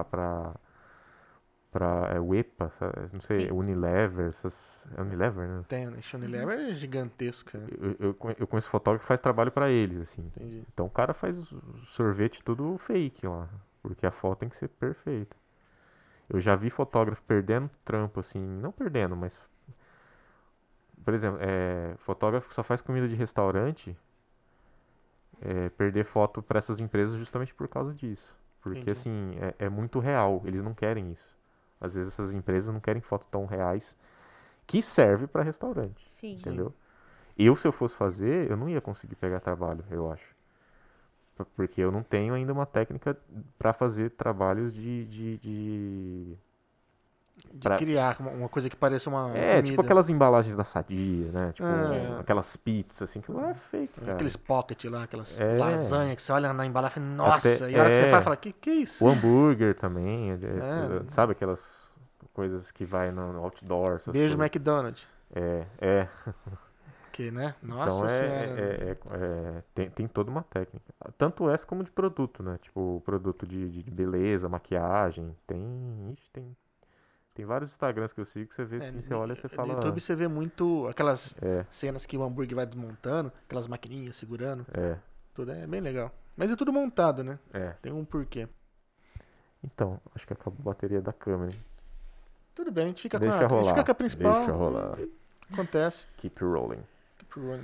pra UEPA, não sei, Sim. Unilever, é Unilever, né? Tem, né? Unilever é gigantesco, cara. Eu conheço fotógrafo que faz trabalho pra eles, assim. Entendi. Então o cara faz sorvete tudo fake lá, porque a foto tem que ser perfeita. Eu já vi fotógrafo perdendo trampo, assim, não perdendo, mas... Por exemplo, fotógrafo que só faz comida de restaurante, perder foto pra essas empresas justamente por causa disso. Porque, Entendi. assim, é muito real, eles não querem isso. Às vezes essas empresas não querem fotos tão reais que serve pra restaurante, Sim. entendeu? Eu, se eu fosse fazer, eu não ia conseguir pegar trabalho, eu acho. Porque eu não tenho ainda uma técnica pra fazer trabalhos De pra- criar uma coisa que pareça uma tipo comida. aquelas embalagens da Sadia, né? Tipo, Ah. aquelas pizzas, assim, que não é fake, cara. Aqueles pocket lá, aquelas É. lasanha que você olha na embalagem e fala, nossa, Até- e a hora que você é. faz, fala, que é isso? O hambúrguer também, É. sabe aquelas coisas que vai no outdoor, essas Beijo coisas. McDonald's. É. Que, né? Então Nossa senhora. tem toda uma técnica. Tanto essa como de produto, né? Tipo, produto de beleza, maquiagem. Tem vários Instagrams que eu sigo que você vê assim, você olha e você No fala. YouTube você vê muito aquelas É, cenas que o hambúrguer vai desmontando, aquelas maquininhas segurando. é, Tudo é bem legal. Mas é tudo montado, né? é. Tem um porquê. Então, acho que acabou a bateria da câmera, hein? Tudo bem, a gente fica Deixa a gente rolar. fica com a principal. Deixa rolar. Acontece. Keep rolling. Keep rolling.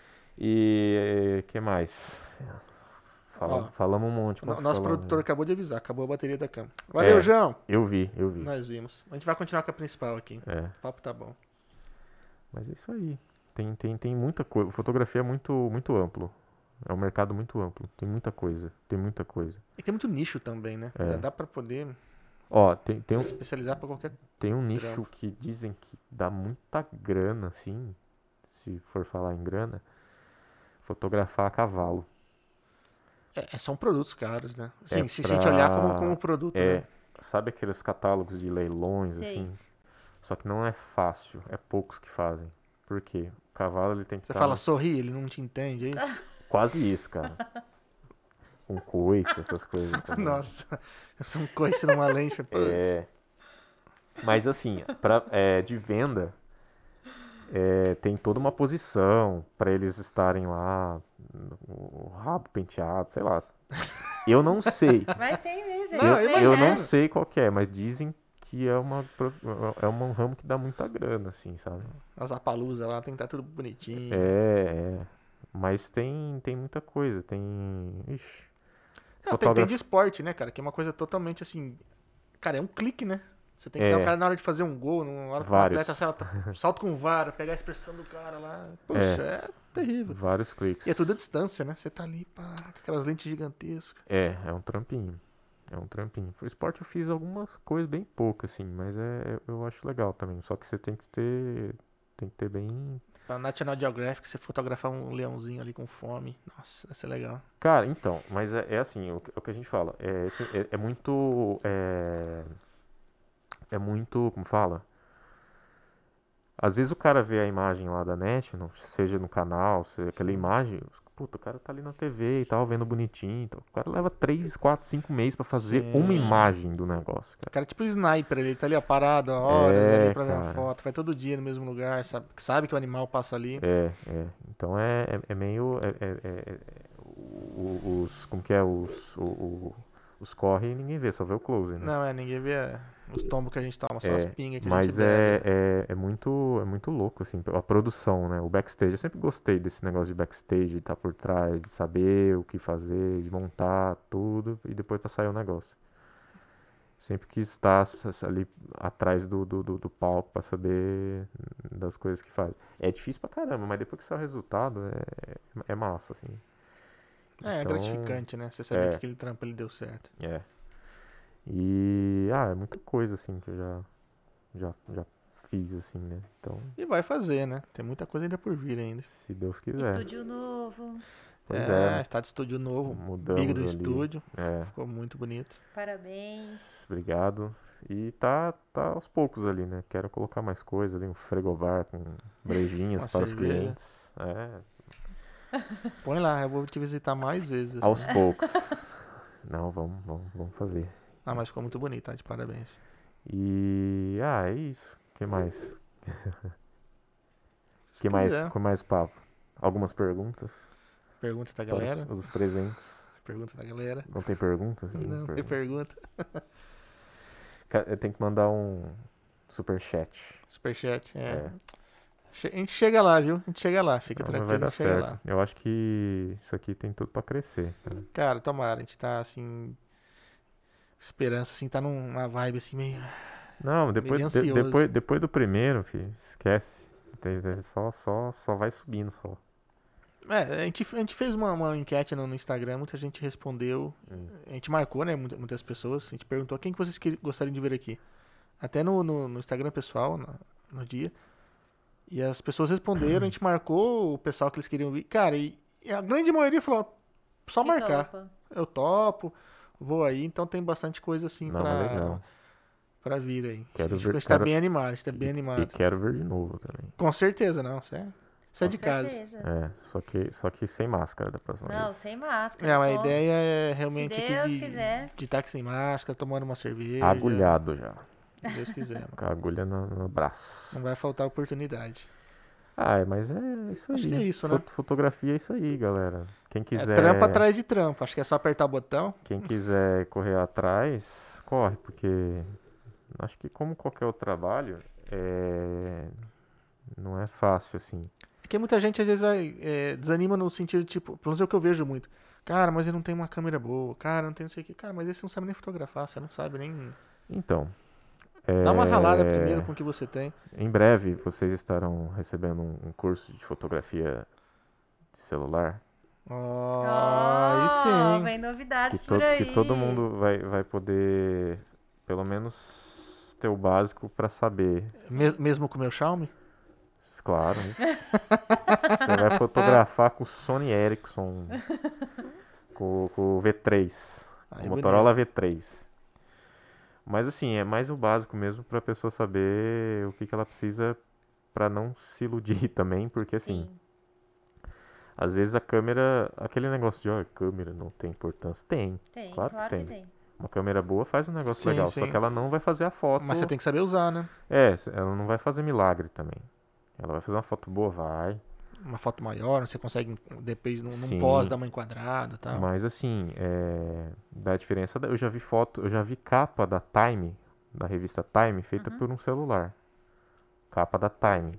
E que mais? Ó, Falamos um monte. O quanto nosso falamos? produtor acabou de avisar, acabou a bateria da câmera. Valeu, João! Eu vi. Nós vimos. A gente vai continuar com a principal aqui. É, O papo tá bom. mas é isso aí. Tem muita coisa. Fotografia é muito amplo. É um mercado muito amplo. Tem muita coisa. E tem muito nicho também, né? É. Dá pra poder Ó, se especializar pra qualquer. tem um nicho Trampo. que dizem que dá muita grana, assim, se for falar em grana, fotografar a cavalo. São produtos caros, né? Sim, se a pra- gente olhar como produto, né? Sabe aqueles catálogos de leilões, Sei. assim? Só que não é fácil, é poucos que fazem. Por quê? O cavalo ele tem que Você estar fala sorri, ele não te entende, é isso? quase isso, cara. Com coice, essas coisas também. Nossa, eu sou um coice numa lente. Putz. Mas assim, de venda, tem toda uma posição pra eles estarem lá, o rabo penteado, sei lá. Eu não sei. Mas tem mesmo. Não, eles Eu têm, não né? sei qual que é, mas dizem que é um ramo que dá muita grana, assim, sabe? As apaluzas lá, tem que estar tudo bonitinho. Mas tem muita coisa, tem... Ixi. Não, tem Fotógrafo- de esporte, né, cara? Que é uma coisa totalmente assim. Cara, é um clique, né? Você tem que É. dar o cara na hora de fazer um gol, na hora que o Vários. atleta salta com vara, pegar a expressão do cara lá. Poxa, é terrível. Vários cliques. E é tudo à distância, né? Você tá ali, pá, com aquelas lentes gigantescas. É um trampinho. Pro esporte eu fiz algumas coisas bem poucas, assim, mas eu acho legal também. Só que você tem que ter bem... Pra National Geographic, você fotografar um leãozinho ali com fome. Nossa, vai ser legal. Cara, então, mas é assim, o que a gente fala, é muito, como fala? Às vezes o cara vê a imagem lá da National, seja no canal, seja aquela imagem, puta, o cara tá ali na TV e tal, vendo bonitinho, então, o cara leva 3, 4, 5 meses pra fazer Sim. uma imagem do negócio, O cara. cara é tipo sniper, ele tá ali, ó, parado, ó, horas ali pra ver a cara. foto. Vai todo dia no mesmo lugar, sabe que o animal passa ali. Então é meio, como que é, Os corre ninguém vê, só vê o close, né? Não, ninguém vê os tombos que a gente toma, só as pingas que a gente Mas bebe. é muito louco, assim, a produção, né? O backstage. Eu sempre gostei desse negócio de backstage, de estar por trás, de saber o que fazer, de montar tudo e depois pra sair o negócio. Sempre quis estar ali atrás do palco pra saber das coisas que faz. É difícil pra caramba, mas depois que sai o resultado, é massa, assim. É Então, gratificante, né? Você saber que é, aquele trampo ele deu certo. é. É muita coisa, assim, que eu já fiz, assim, né? Então, E vai fazer, né? Tem muita coisa ainda por vir ainda. se Deus quiser. Estúdio novo. Pois é, Está de estúdio novo, big mudamos do ali. estúdio. É, Ficou muito bonito. Parabéns. obrigado. E tá aos poucos ali, né? Quero colocar mais coisa ali, um frigobar com brejinhas Uma para os cerveja. clientes. É, Põe lá, eu vou te visitar mais vezes, aos assim. poucos. Não, vamos fazer. Ah, mas ficou muito bonito, tá? De parabéns. É isso. O que mais? Se quiser, Com mais papo? Algumas perguntas pergunta da para galera. os presentes. Pergunta da galera. Não tem perguntas? Não, tem pergunta. Eu tenho que mandar um superchat. Superchat, É. A gente chega lá, viu? A gente chega lá, fica Não, mas tranquilo, vai a dar gente chega certo. lá. Eu acho que isso aqui tem tudo pra crescer, cara. Cara, tomara, a gente tá assim. Esperança, assim, tá numa vibe assim meio. Não, Meio ansioso. depois do primeiro, filho, esquece. Só vai subindo só. A gente fez uma enquete no Instagram, muita gente respondeu. Hum. A gente marcou, né? Muitas pessoas. A gente perguntou quem que vocês gostariam de ver aqui. Até no Instagram pessoal, no dia. E as pessoas responderam, a gente marcou o pessoal que eles queriam vir. Cara, e a grande maioria falou, só E marcar. topa. Eu topo, vou aí, então tem bastante coisa assim Não, mas legal. pra vir aí. A Quero gente ver, está bem animado, a gente tá bem e animado. quero ver de novo também. Com certeza, não, isso é Com de casa. certeza. Só que sem máscara da próxima Não, vez. sem máscara. Não, a Tô. ideia é Se realmente aqui Deus quiser. de estar sem máscara, tomando uma cerveja. Agulhado já. Se Deus quiser, mano. Com a agulha no braço. Não vai faltar oportunidade. Mas é isso aí. Acho que é isso, né? Fotografia é isso aí, galera. Quem É quiser. trampo atrás de trampo. Acho que é só apertar o botão. Quem quiser correr atrás, corre, porque acho que como qualquer outro trabalho, não é fácil assim. Porque muita gente às vezes desanima no sentido, tipo, pelo menos é o que eu vejo muito. Cara, mas ele não tem uma câmera boa. Cara, não tem não sei o que. Cara, mas esse não sabe nem fotografar. Você não sabe nem. Então, Dá uma ralada primeiro com o que você tem. em breve vocês estarão recebendo um curso de fotografia de celular Aí sim. Vem novidades que, por aí. que todo mundo vai poder, pelo menos, ter o básico para saber. Mesmo com o meu Xiaomi? Claro, isso. Você vai fotografar com o Sony Ericsson, com o V3, Aí, o Motorola bonito. V3. Mas assim, é mais o básico mesmo pra pessoa saber o que ela precisa pra não se iludir também, porque assim, Sim. às vezes a câmera, aquele negócio de, ó, câmera não tem importância. Tem, Tem, claro claro que que tem. tem. Uma câmera boa faz um negócio Sim, legal, só sim. que ela não vai fazer a foto. Mas você tem que saber usar, né? Ela não vai fazer milagre também. Ela vai fazer uma foto boa, vai. Uma foto maior, você consegue, depois, num Sim. pós, dar uma enquadrada e tal. Mas assim, dá diferença. Eu já vi foto, eu já vi capa da Time, da revista Time, feita por um celular. Capa da Time.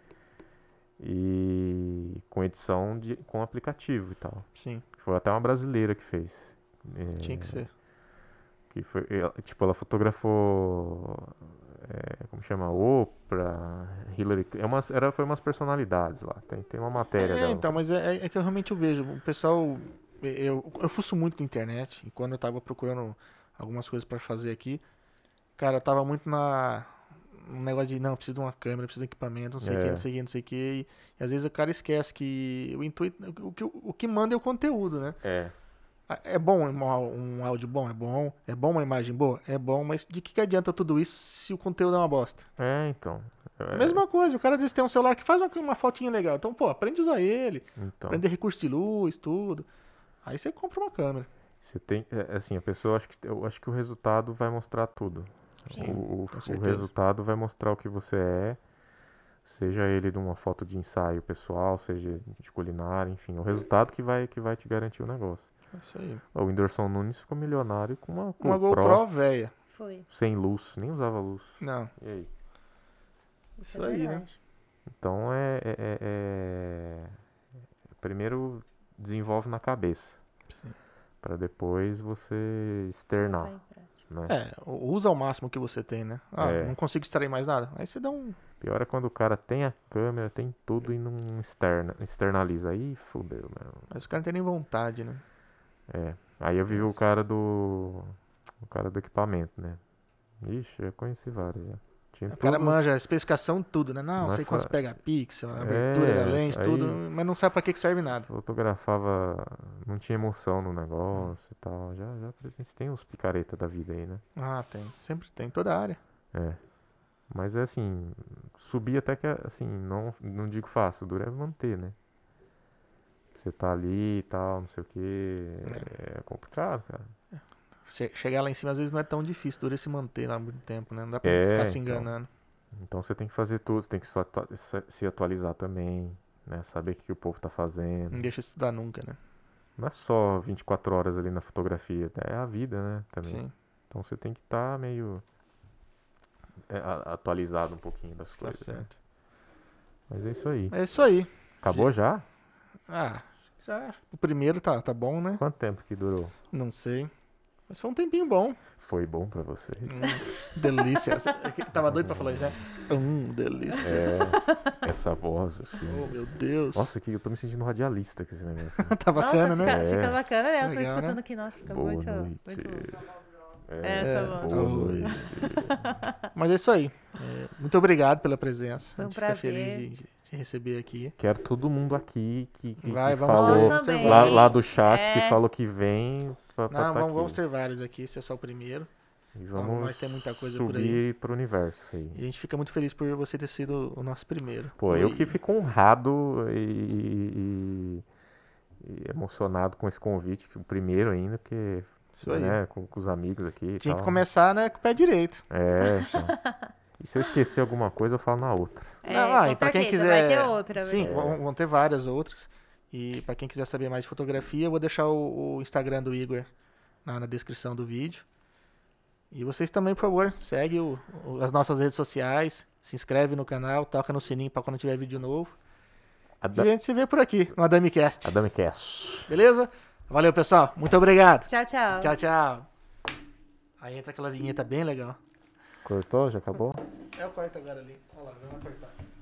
E com edição com aplicativo e tal. Sim, Foi até uma brasileira que fez. tinha que ser. Que foi, ela fotografou, como chama? Oprah, Hillary, foi umas personalidades lá. Tem uma matéria dela. Então, mas é que eu realmente vejo. O pessoal. Eu fuço muito na internet. E quando eu tava procurando algumas coisas pra fazer aqui, cara, eu tava muito um negócio de, não, preciso de uma câmera, preciso de um equipamento, não sei o que, não sei o que, não sei o que. E às vezes o cara esquece que o intuito. O que manda é o conteúdo, né? É bom um áudio bom? É bom. É bom uma imagem boa? É bom, mas de que adianta tudo isso se o conteúdo é uma bosta? Então. Mesma coisa, o cara às vezes tem um celular que faz uma fotinha legal. Então, pô, aprende a usar ele, Então, aprender recurso de luz, tudo. Aí você compra uma câmera. você tem, assim, a pessoa, eu acho que o resultado vai mostrar tudo. Sim, O com certeza. resultado vai mostrar o que você é, seja ele de uma foto de ensaio pessoal, seja de culinária, enfim, o resultado que vai te garantir o negócio. Isso aí. O Whindersson Nunes ficou milionário com uma Uma GoPro velha. Foi. sem luz, nem usava luz. Não. E aí? Isso Isso é aí, né? verdade. Então primeiro desenvolve na cabeça. Sim. Pra depois você Colocar externar, em prática. né? Usa ao máximo que você tem, né? Ah, É. não consigo extrair mais nada. Aí você dá um... Pior é quando o cara tem a câmera, tem tudo e não externaliza. Aí fudeu, meu. Mas o cara não tem nem vontade, né? É. Aí eu vi o cara do equipamento, né? Ixi, eu conheci vários já. Tinha O cara tudo. manja a especificação, tudo, né? Não, Mas sei quantos fa- megapixels, a abertura da lente, aí- tudo. Mas não sabe pra que serve nada. Fotografava, não tinha emoção no negócio e tal. Já tem uns picareta da vida aí, né? Ah, tem. Sempre tem. Toda a área. É. Mas é assim, subir até que, assim, não digo fácil, o duro é manter, né? Você tá ali e tal, não sei o que. É complicado, cara. Chegar lá em cima às vezes não é tão difícil, dura se manter lá muito tempo, né? Não dá pra É, ficar se então. enganando. Então você tem que fazer tudo, você tem que se atualizar também, né? Saber o que o povo tá fazendo. Não deixa estudar nunca, né? Não é só 24 horas ali na fotografia, é a vida, né? Também. Sim, Então você tem que estar meio atualizado um pouquinho das tá coisas, né? certo. Mas é isso aí. É isso aí. Acabou já? Ah, já. O primeiro tá bom, né? Quanto tempo que durou? Não sei. Mas foi um tempinho bom. Foi bom pra você? Delícia. Tava doido pra falar isso, né? Delícia. Essa voz, assim. Oh, meu Deus. Nossa, que eu tô me sentindo radialista com esse negócio. Tá bacana, Nossa, né? fica bacana, né? Eu tô Legal, escutando né? aqui, nossa, fica Boa muito noite. bom. É, Essa voz. boa Oi. noite. Mas é isso aí. Muito obrigado pela presença. Foi um A gente fica prazer. feliz de te receber aqui. Quero todo mundo aqui que Vai, que vamos falou Nós também. lá do chat que É. falou que vem pra Não, tá vamos aqui. ser vários aqui, esse é só o primeiro. E Logo vamos mais tem muita coisa por subir pro universo aí. E a gente fica muito feliz por você ter sido o nosso primeiro. Pô, eu Oi. que fico honrado e emocionado com esse convite, o primeiro ainda, porque Isso aí. né, com os amigos aqui e Tinha tal. que começar, né, com o pé direito. Então. E se eu esquecer alguma coisa, eu falo na outra. É, Não, com e pra quem certeza, quiser. vai ter outra. Sim, vai ter. vão ter várias outras. E pra quem quiser saber mais de fotografia, eu vou deixar o Instagram do Igor na descrição do vídeo. E vocês também, por favor, segue as nossas redes sociais, se inscreve no canal, toca no sininho pra quando tiver vídeo novo. E a gente se vê por aqui no AdamiCast. AdamiCast. Beleza? Valeu, pessoal. Muito obrigado. Tchau, tchau. Tchau, tchau. Aí entra aquela vinheta bem legal. Cortou? Já acabou? Eu corto agora ali. Olha lá, vamos cortar.